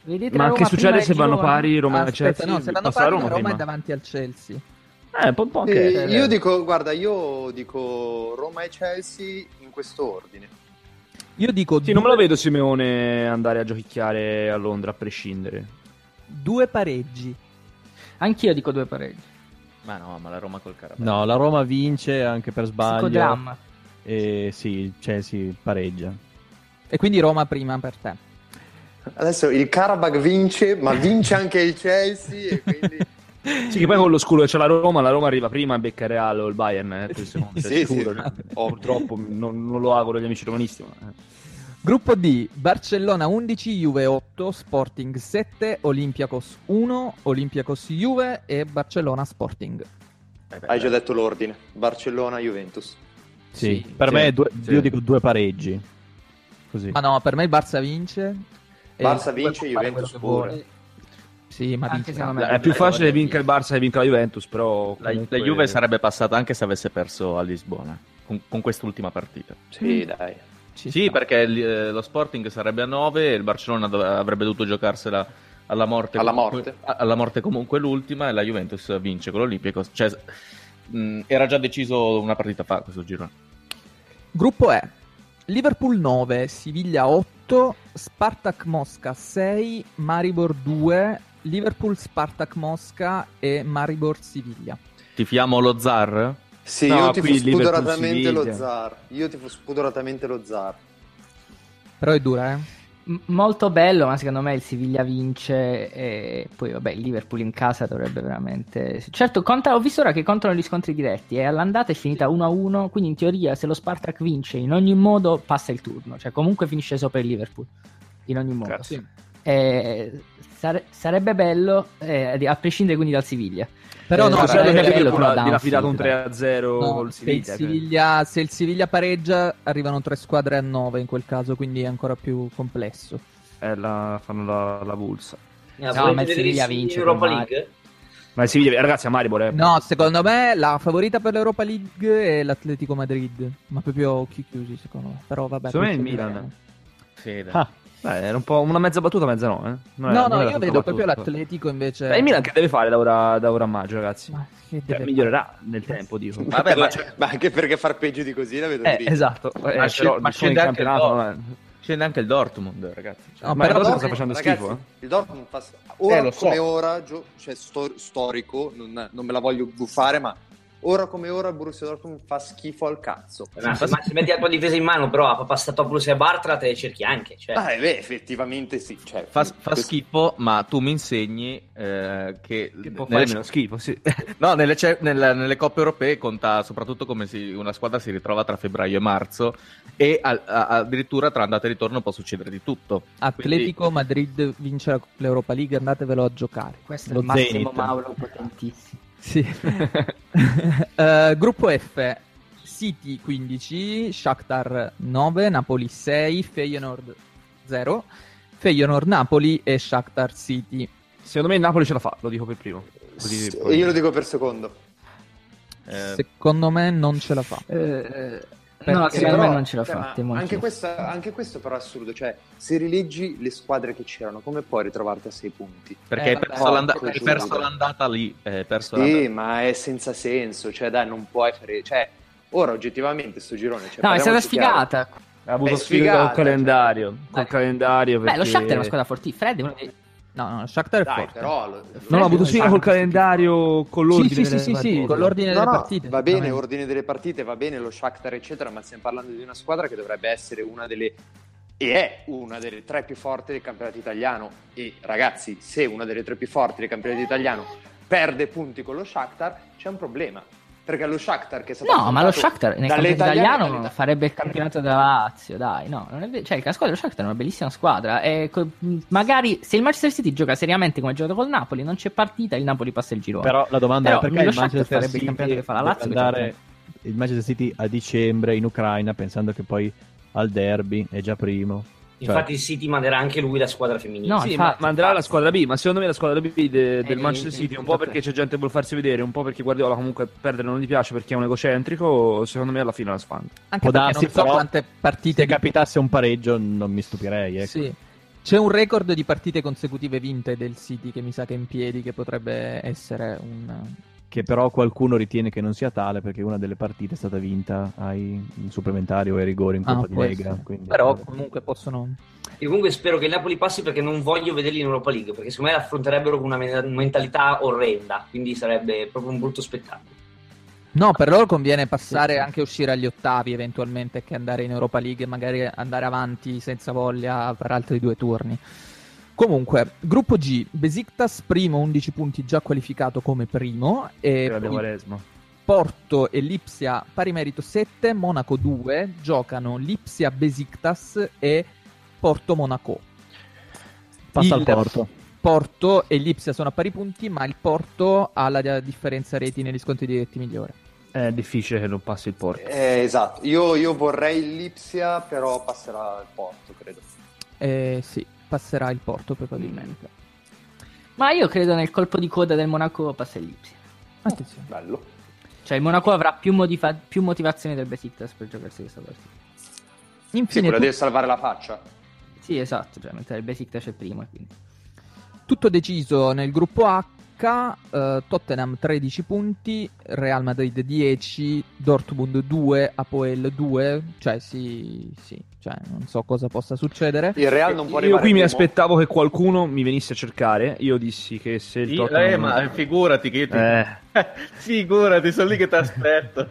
Vedete Ma la che Roma succede prima se del vanno girone? pari Roma e Aspetta, Chelsea? no, se vanno Passa la pari Roma la Roma prima. è davanti al Chelsea. Eh, un po', un po' Sì, anche... io dico, guarda, io dico Roma e Chelsea in questo ordine. Io dico Sì, due, non me lo vedo Simeone andare a giochicchiare a Londra a prescindere. due pareggi. Anch'io dico due pareggi. Ma no, ma la Roma col Carabao. No, la Roma vince anche per sbaglio. Psicodramma. E sì, il Chelsea pareggia. E quindi Roma prima per te. Adesso il Karabakh vince, ma vince anche il Chelsea e quindi... Sì, che poi con lo scudo che c'è la Roma, la Roma arriva prima e becca il Real o il Bayern, eh, per il secondo, cioè, Sì, sicuro, sì. cioè, purtroppo non, non lo auguro agli amici romanisti, ma... eh. Gruppo D, Barcellona undici, Juve otto, Sporting sette, Olympiacos uno, Olympiacos Juve e Barcellona Sporting. Hai già detto l'ordine. Barcellona, Juventus. Sì, Sì, per sì, me è due- sì. io dico due pareggi. Così. Ma no, per me il Barça vince. e Barça il Juve vince, può fare Juventus quello che vuole. pure. Sì, ma Anche vince. secondo me. È più facile che vinca il Barça che vinca la Juventus, però La, comunque... la Juve sarebbe passata anche se avesse perso a Lisbona con, con quest'ultima partita. Sì, dai. Ci Sì, sta. perché il- eh, lo Sporting sarebbe a nove e il Barcellona dov- avrebbe dovuto giocarsela alla morte, Alla comunque- morte. a- alla morte comunque l'ultima, e la Juventus vince con l'Olimpico. Cioè, mh, era già deciso una partita fa questo girone. Gruppo E, Liverpool nove, Siviglia otto, Spartak Mosca sei, Maribor due, Liverpool Spartak Mosca e Maribor Siviglia. Tifiamo lo Zar? Sì, No, io tifo qui Liverpool spudoratamente lo Siviglia. Zar. Io tifo spudoratamente lo Zar. Però è dura, eh? M- molto bello, ma secondo me il Siviglia vince e poi vabbè il Liverpool in casa dovrebbe veramente... Certo, conta- ho visto ora che contano gli scontri diretti e all'andata è finita uno a uno, quindi in teoria se lo Spartak vince in ogni modo passa il turno, cioè comunque finisce sopra il Liverpool, in ogni modo. Grazie. E sare- sarebbe bello, eh, a prescindere quindi dal Siviglia. Però Eh, no, Guarda, sarebbe sarebbe che bello Liverpool però ha da dilapidato un Anfield, tre a zero No, col se, il Siviglia. Siviglia, se il Siviglia pareggia arrivano tre squadre a nove in quel caso, quindi è ancora più complesso. Eh, la, fanno la, la vulsa. No, No, ma il Siviglia vince in Europa con League? Ma il Siviglia, ragazzi, a Maribor, eh. No, secondo me la favorita per l'Europa League è l'Atletico Madrid, ma proprio occhi chiusi secondo me. Però vabbè. Secondo me il questo Milan. Sì, dai. Ah, beh, era un po' una mezza battuta, mezza no, eh. Non No, era- no, non era io tutta vedo proprio battuta. l'Atletico invece. Beh, il Milan che deve fare da ora, da ora a maggio, ragazzi? Ma che Cioè, deve migliorerà nel tempo, dico. Vabbè, ma, Ma anche perché far peggio di così la vedo Eh, dritta. esatto. Eh, ma però, scende- ma diciamo, scende in anche il campionato, Dortmund. no, eh. Scende anche il Dortmund, ragazzi. Cioè, No, Ma però il Dortmund no, sta facendo Ragazzi, schifo, eh. il Dortmund fa... Ora Eh, lo so. come ora, gio- cioè sto- storico, non, non me la voglio buffare, ma ora come ora il Borussia Dortmund fa schifo al cazzo. Ma se, ma se metti la tua difesa in mano, però a Papastatopoulos e a Bartra te le cerchi anche. Cioè. Ah, eh, beh, effettivamente sì. Cioè, Fa, fa questo- schifo, ma tu mi insegni eh, che, Che può nelle, fare meno schifo, sì. no, nelle, ce- nel- nelle coppe europee conta soprattutto come si, una squadra si ritrova tra febbraio e marzo, e a- a- addirittura tra andata e ritorno può succedere di tutto. Atletico Madrid vince la- l'Europa League, andatevelo a giocare. Questo è Lo il Massimo Zenit. Mauro potentissimo. Sì. Eh, gruppo F, City quindici, Shakhtar nove, Napoli sei, Feyenoord zero, Feyenoord Napoli e Shakhtar City. Secondo me il Napoli ce la fa, lo dico per primo. Così Sì, poi- io lo dico per secondo. Eh, Secondo me non ce la fa. Eh, Perché- no, secondo Però, me non ce la cioè, fa. ma temo anche, anch'io. questa, anche questo però è assurdo, cioè se rileggi le squadre che c'erano, come puoi ritrovarti a sei punti? perché Eh, hai vabbè, perso, l'anda- porco hai perso giudo. l'andata lì. Hai perso Sì, l'andata. ma è senza senso, cioè dai, non puoi fare... Cioè, ora oggettivamente sto girone... Cioè, No, è stata parliamoci chiaro. sfigata. Ha avuto È sfiga sfigata, col calendario. cioè. Col Dai. calendario Beh, perché... lo Shakhtar è una squadra fortissima. Fred è uno dei... No, no, Shakhtar è Dai, forte. però... lo- Non ha Fred avuto non sfiga sa- col calendario, con l'ordine Sì, sì, sì, delle sì, sì, partite. con l'ordine No, delle no, partite. va bene, esattamente. ordine delle partite, va bene lo Shakhtar eccetera, ma stiamo parlando di una squadra che dovrebbe essere una delle... e è una delle tre più forti del campionato italiano, e ragazzi, se una delle tre più forti del campionato italiano perde punti con lo Shakhtar, c'è un problema, perché lo Shakhtar che è stato No, ma lo affrontato Shakhtar nel dalle campionato italiane- italiano dalle- farebbe il campionato della Lazio, dai, no, non è vero. Cioè, la squadra dello Shakhtar è una bellissima squadra e co- magari se il Manchester City gioca seriamente come ha giocato col Napoli, non c'è partita, il Napoli passa il girone. Però la domanda Però è perché lo il Shakhtar Manchester farebbe il City campionato che fa la deve Lazio, che andare il Manchester City a dicembre in Ucraina pensando che poi al derby è già primo. Cioè, Infatti il City manderà anche lui la squadra femminile. No, Sì, infatti, ma, ma andrà alla squadra B, ma secondo me la squadra B de- del Eh, Manchester eh, City, un eh, po' eh, perché c'è gente che vuole farsi vedere, un po' perché Guardiola comunque perdere non gli piace perché è un egocentrico, secondo me alla fine la sfanda. Anche può perché darsi, non so però, quante partite se capitasse un pareggio non mi stupirei, ecco. Sì. C'è un record di partite consecutive vinte del City che mi sa che è in piedi, che potrebbe essere un... Che però qualcuno ritiene che non sia tale perché una delle partite è stata vinta ai supplementari o ai rigori in Coppa Ah, di può Lega. essere. Quindi, Però vabbè. comunque possono... Io comunque spero che il Napoli passi perché non voglio vederli in Europa League, perché secondo me affronterebbero con una men- mentalità orrenda, quindi sarebbe proprio un brutto spettacolo. No, per loro conviene passare Sì, sì. anche uscire agli ottavi eventualmente che andare in Europa League e magari andare avanti senza voglia per altri due turni. Comunque, gruppo G, Besiktas primo, undici punti, già qualificato come primo, e Grande poi Quaresma. Porto e Lipsia pari merito sette, Monaco due, giocano Lipsia Besiktas e Porto Monaco. Passa Il al Porto. Porto e Lipsia sono a pari punti, ma il Porto ha la differenza reti negli scontri diretti migliore. È difficile che non passi il Porto. Eh, esatto, io, io vorrei il Lipsia, però passerà il Porto, credo. Eh, sì, passerà il Porto probabilmente. Ma io credo nel colpo di coda del Monaco passa il Lipsia. Attenzione. Bello. Cioè il Monaco avrà più, motiva- più motivazione del Besiktas per giocarsi questa partita. Sì, Infine, quella tu- deve salvare la faccia. Sì, esatto, cioè mentre il Besiktas è primo e quindi... tutto deciso nel gruppo H, eh, Tottenham tredici punti, Real Madrid dieci, Dortmund due, Apoel due, cioè sì, sì, cioè non so cosa possa succedere. Il Real non può Io arrivare qui mi primo. aspettavo che qualcuno mi venisse a cercare. Io dissi che se il Io- Tottenham... eh, ma figurati che io ti... Eh. figurati, sono lì che ti aspetto.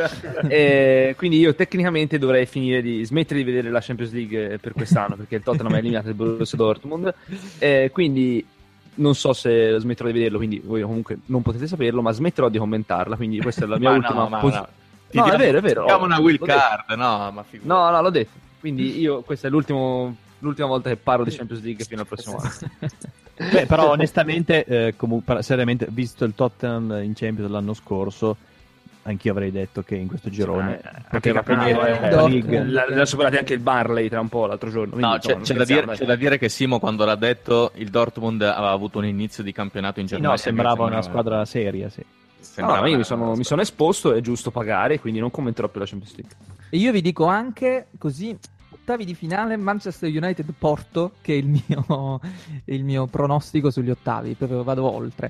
Eh, quindi io tecnicamente dovrei finire di smettere di vedere la Champions League per quest'anno perché il Tottenham è eliminato il Borussia Dortmund. Eh, quindi non so se smetterò di vederlo, quindi voi comunque non potete saperlo, ma smetterò di commentarla. Quindi questa è la mia Ma ultima no, ma posi- no. Ti No, diamo- è vero, è vero. ti diamo Oh, una wild l'ho detto. card, no, ma figurati. No, no, l'ho detto. Quindi io questa è l'ultimo, l'ultima volta che parlo di Champions League fino al prossimo anno. Beh, però onestamente, eh, comunque, seriamente, visto il Tottenham in Champions l'anno scorso, anch'io avrei detto che in questo girone Eh, poteva anche finire Campionato, la eh, League. l'ha, l'ha superati anche il Barley tra un po' l'altro giorno. quindi, No, insomma, c'è, c'è non da dire, scherziamo, c'è da dire che Simo quando l'ha detto il Dortmund aveva avuto un inizio di campionato in Sì, Germania. no, sembrava che una squadra seria, sì. No, no, io mi sono, mi sono esposto, è giusto pagare, quindi non commenterò più la Champions League. E io vi dico anche così, ottavi di finale Manchester United Porto, che è il mio, il mio pronostico sugli ottavi, proprio vado oltre.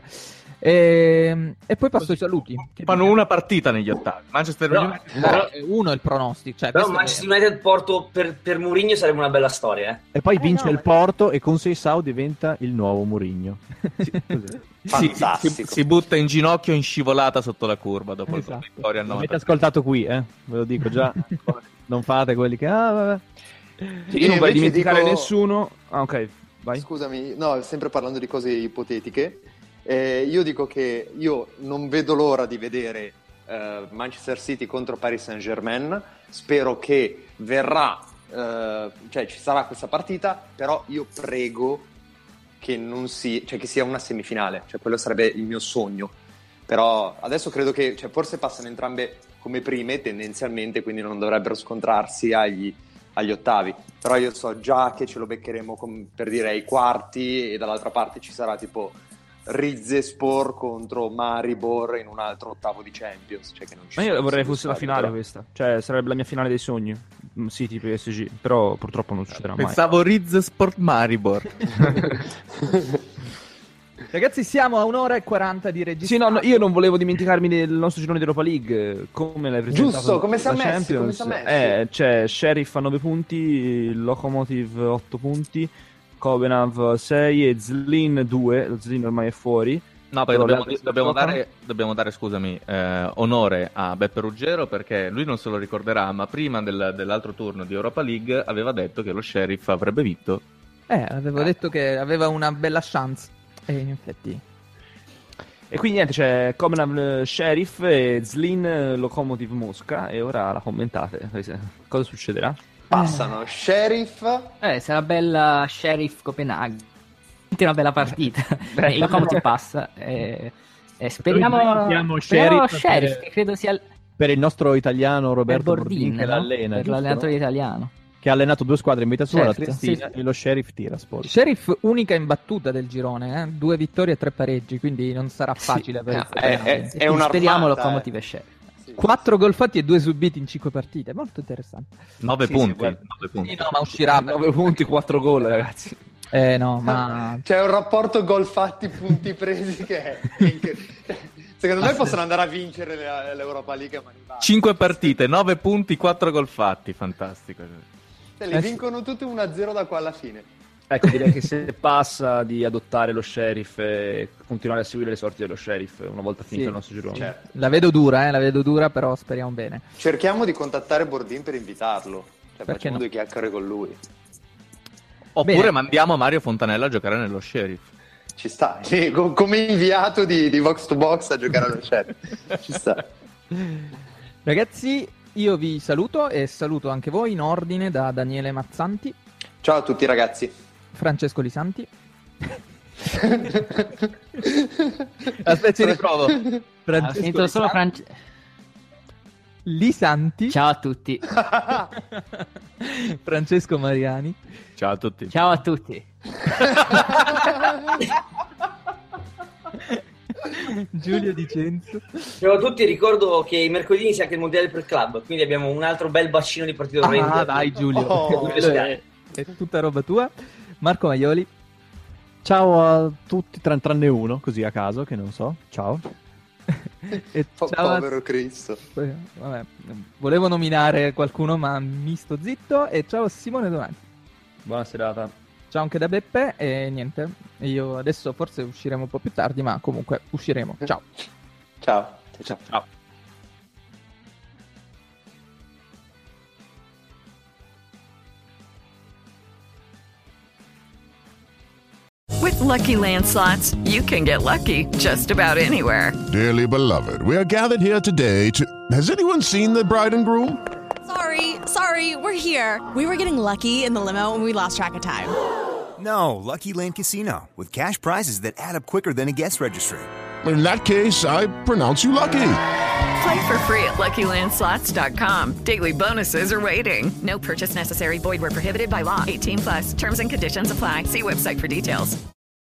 E, e poi passo ai saluti. Fanno una partita negli ottavi. Manchester No, United. No, è uno è il pronostico. Cioè, Però questo è- Manchester United Porto per, per Mourinho sarebbe una bella storia, eh. E poi Eh, vince no, il ma- Porto e con Seisao diventa il nuovo Mourinho. Si, Fantastico. si, si butta in ginocchio in scivolata sotto la curva dopo Esatto. la vittoria al L'avete novanta. ascoltato qui, eh? Ve lo dico già. Non fate quelli che... Ah, vabbè. Sì, io non vorrei invece dimenticare dico- nessuno. Ah, ok, vai. Scusami, no, sempre parlando di cose ipotetiche, eh, io dico che io non vedo l'ora di vedere eh, Manchester City contro Paris Saint-Germain, spero che verrà, eh, cioè ci sarà questa partita, però io prego che non si, cioè che sia una semifinale, cioè quello sarebbe il mio sogno, però adesso credo che, cioè forse passano entrambe come prime tendenzialmente, quindi non dovrebbero scontrarsi agli agli ottavi, però io so già che ce lo beccheremo com- per dire ai quarti e dall'altra parte ci sarà tipo Rizespor contro Maribor in un altro ottavo di Champions, cioè che non ci Ma io sono vorrei questi fosse la stadi, finale però. questa. Cioè, sarebbe la mia finale dei sogni. Mm, City P S G. Però purtroppo non succederà mai. Pensavo Riz Sport Maribor. Ragazzi, siamo a un'ora e quaranta di registrazione. Sì, no, no, io non volevo dimenticarmi del nostro girone di Europa League. Come l'hai presentato? Giusto, come si è la messi, Champions. come si è messi. Eh, c'è Sheriff a nove punti, Lokomotiv otto punti, Kobenav sei e Zlin due. Lo Zlin ormai è fuori. No, perché Però dobbiamo, le altre dobbiamo giocano. dare, dobbiamo dare, scusami, eh, onore a Beppe Ruggero perché lui non se lo ricorderà, ma prima del- dell'altro turno di Europa League aveva detto che lo Sheriff avrebbe vinto. Eh, avevo detto che aveva una bella chance. E in effetti... E quindi niente, c'è Kobenav Sheriff e Zlin Lokomotiv Mosca. E ora la commentate. Cosa succederà? Passano Sheriff, Eh, sarà bella Sheriff Copenaghen. Una bella partita. Beh, Il Lokomotiv passa. E, e speriamo, Noi speriamo Sheriff Sheriff, per- che credo sia il Per il nostro italiano per Roberto Bordin, Bordin, che no? l'allena, Per giusto? l'allenatore italiano. Che ha allenato due squadre in vita sua, Certo, la Triestina sì. e lo Sheriff Tiraspol. Sheriff unica imbattuta del girone, eh? Due vittorie e tre pareggi, quindi non sarà facile per il è, è, Copenaghen. è un'armata, Speriamo eh. Lokomotiv e Sheriff. Quattro gol fatti e due subiti in cinque partite, molto interessante. nove Sì, punti. sì, guarda. nove punti. Sì, no, ma uscirà. nove punti, quattro gol, ragazzi. Eh no, ma... C'è un rapporto gol fatti, punti presi che è... Secondo me possono andare a vincere l'Europa League a mani basse. cinque partite, nove punti, quattro gol fatti, fantastico. Cioè, li vincono tutti uno a zero da qua alla fine. Ecco, direi che se passa di adottare lo sheriff e continuare a seguire le sorti dello sheriff una volta finito Sì, il nostro girone. certo. La vedo dura, eh, la vedo dura, però speriamo bene. Cerchiamo di contattare Bordin per invitarlo. Cioè, Perché facciamo no? due chiacchiere con lui. Oppure Bene. mandiamo Mario Fontanella a giocare nello sheriff. Ci sta, sì, co- come inviato di, di Vox to Box a giocare allo sheriff. Ci sta. Ragazzi, io vi saluto e saluto anche voi in ordine da Daniele Mazzanti, Ciao a tutti ragazzi. Francesco Lisanti. Aspetta, ci riprovo. Ha finito solo France... Lisanti. Ciao a tutti. Francesco Mariani. Ciao a tutti. Ciao a tutti. Giulio Di Cenzo. Ciao a tutti, ricordo che i mercoledì inizia anche il mondiale per club, quindi abbiamo un altro bel bacino di partito Ah, render. dai Giulio. Oh, Quello è, è tutta roba tua. Marco Maioli. Ciao a tutti, tran- tranne uno, così a caso, che non so. Ciao. E Po- ciao a- povero Cristo. Vabbè, volevo nominare qualcuno ma mi sto zitto. E ciao Simone Donati. Buona serata. Ciao anche da Beppe. E niente, io adesso forse usciremo un po' più tardi, ma comunque usciremo. Ciao. Ciao. Ciao. Ciao. With Lucky Land Slots, you can get lucky just about anywhere. Dearly beloved, we are gathered here today to... Has anyone seen the bride and groom? Sorry, sorry, we're here. We were getting lucky in the limo and we lost track of time. No, Lucky Land Casino, with cash prizes that add up quicker than a guest registry. In that case, I pronounce you lucky. Play for free at Lucky Land Slots dot com. Daily bonuses are waiting. No purchase necessary. Void where prohibited by law. eighteen plus. Terms and conditions apply. See website for details.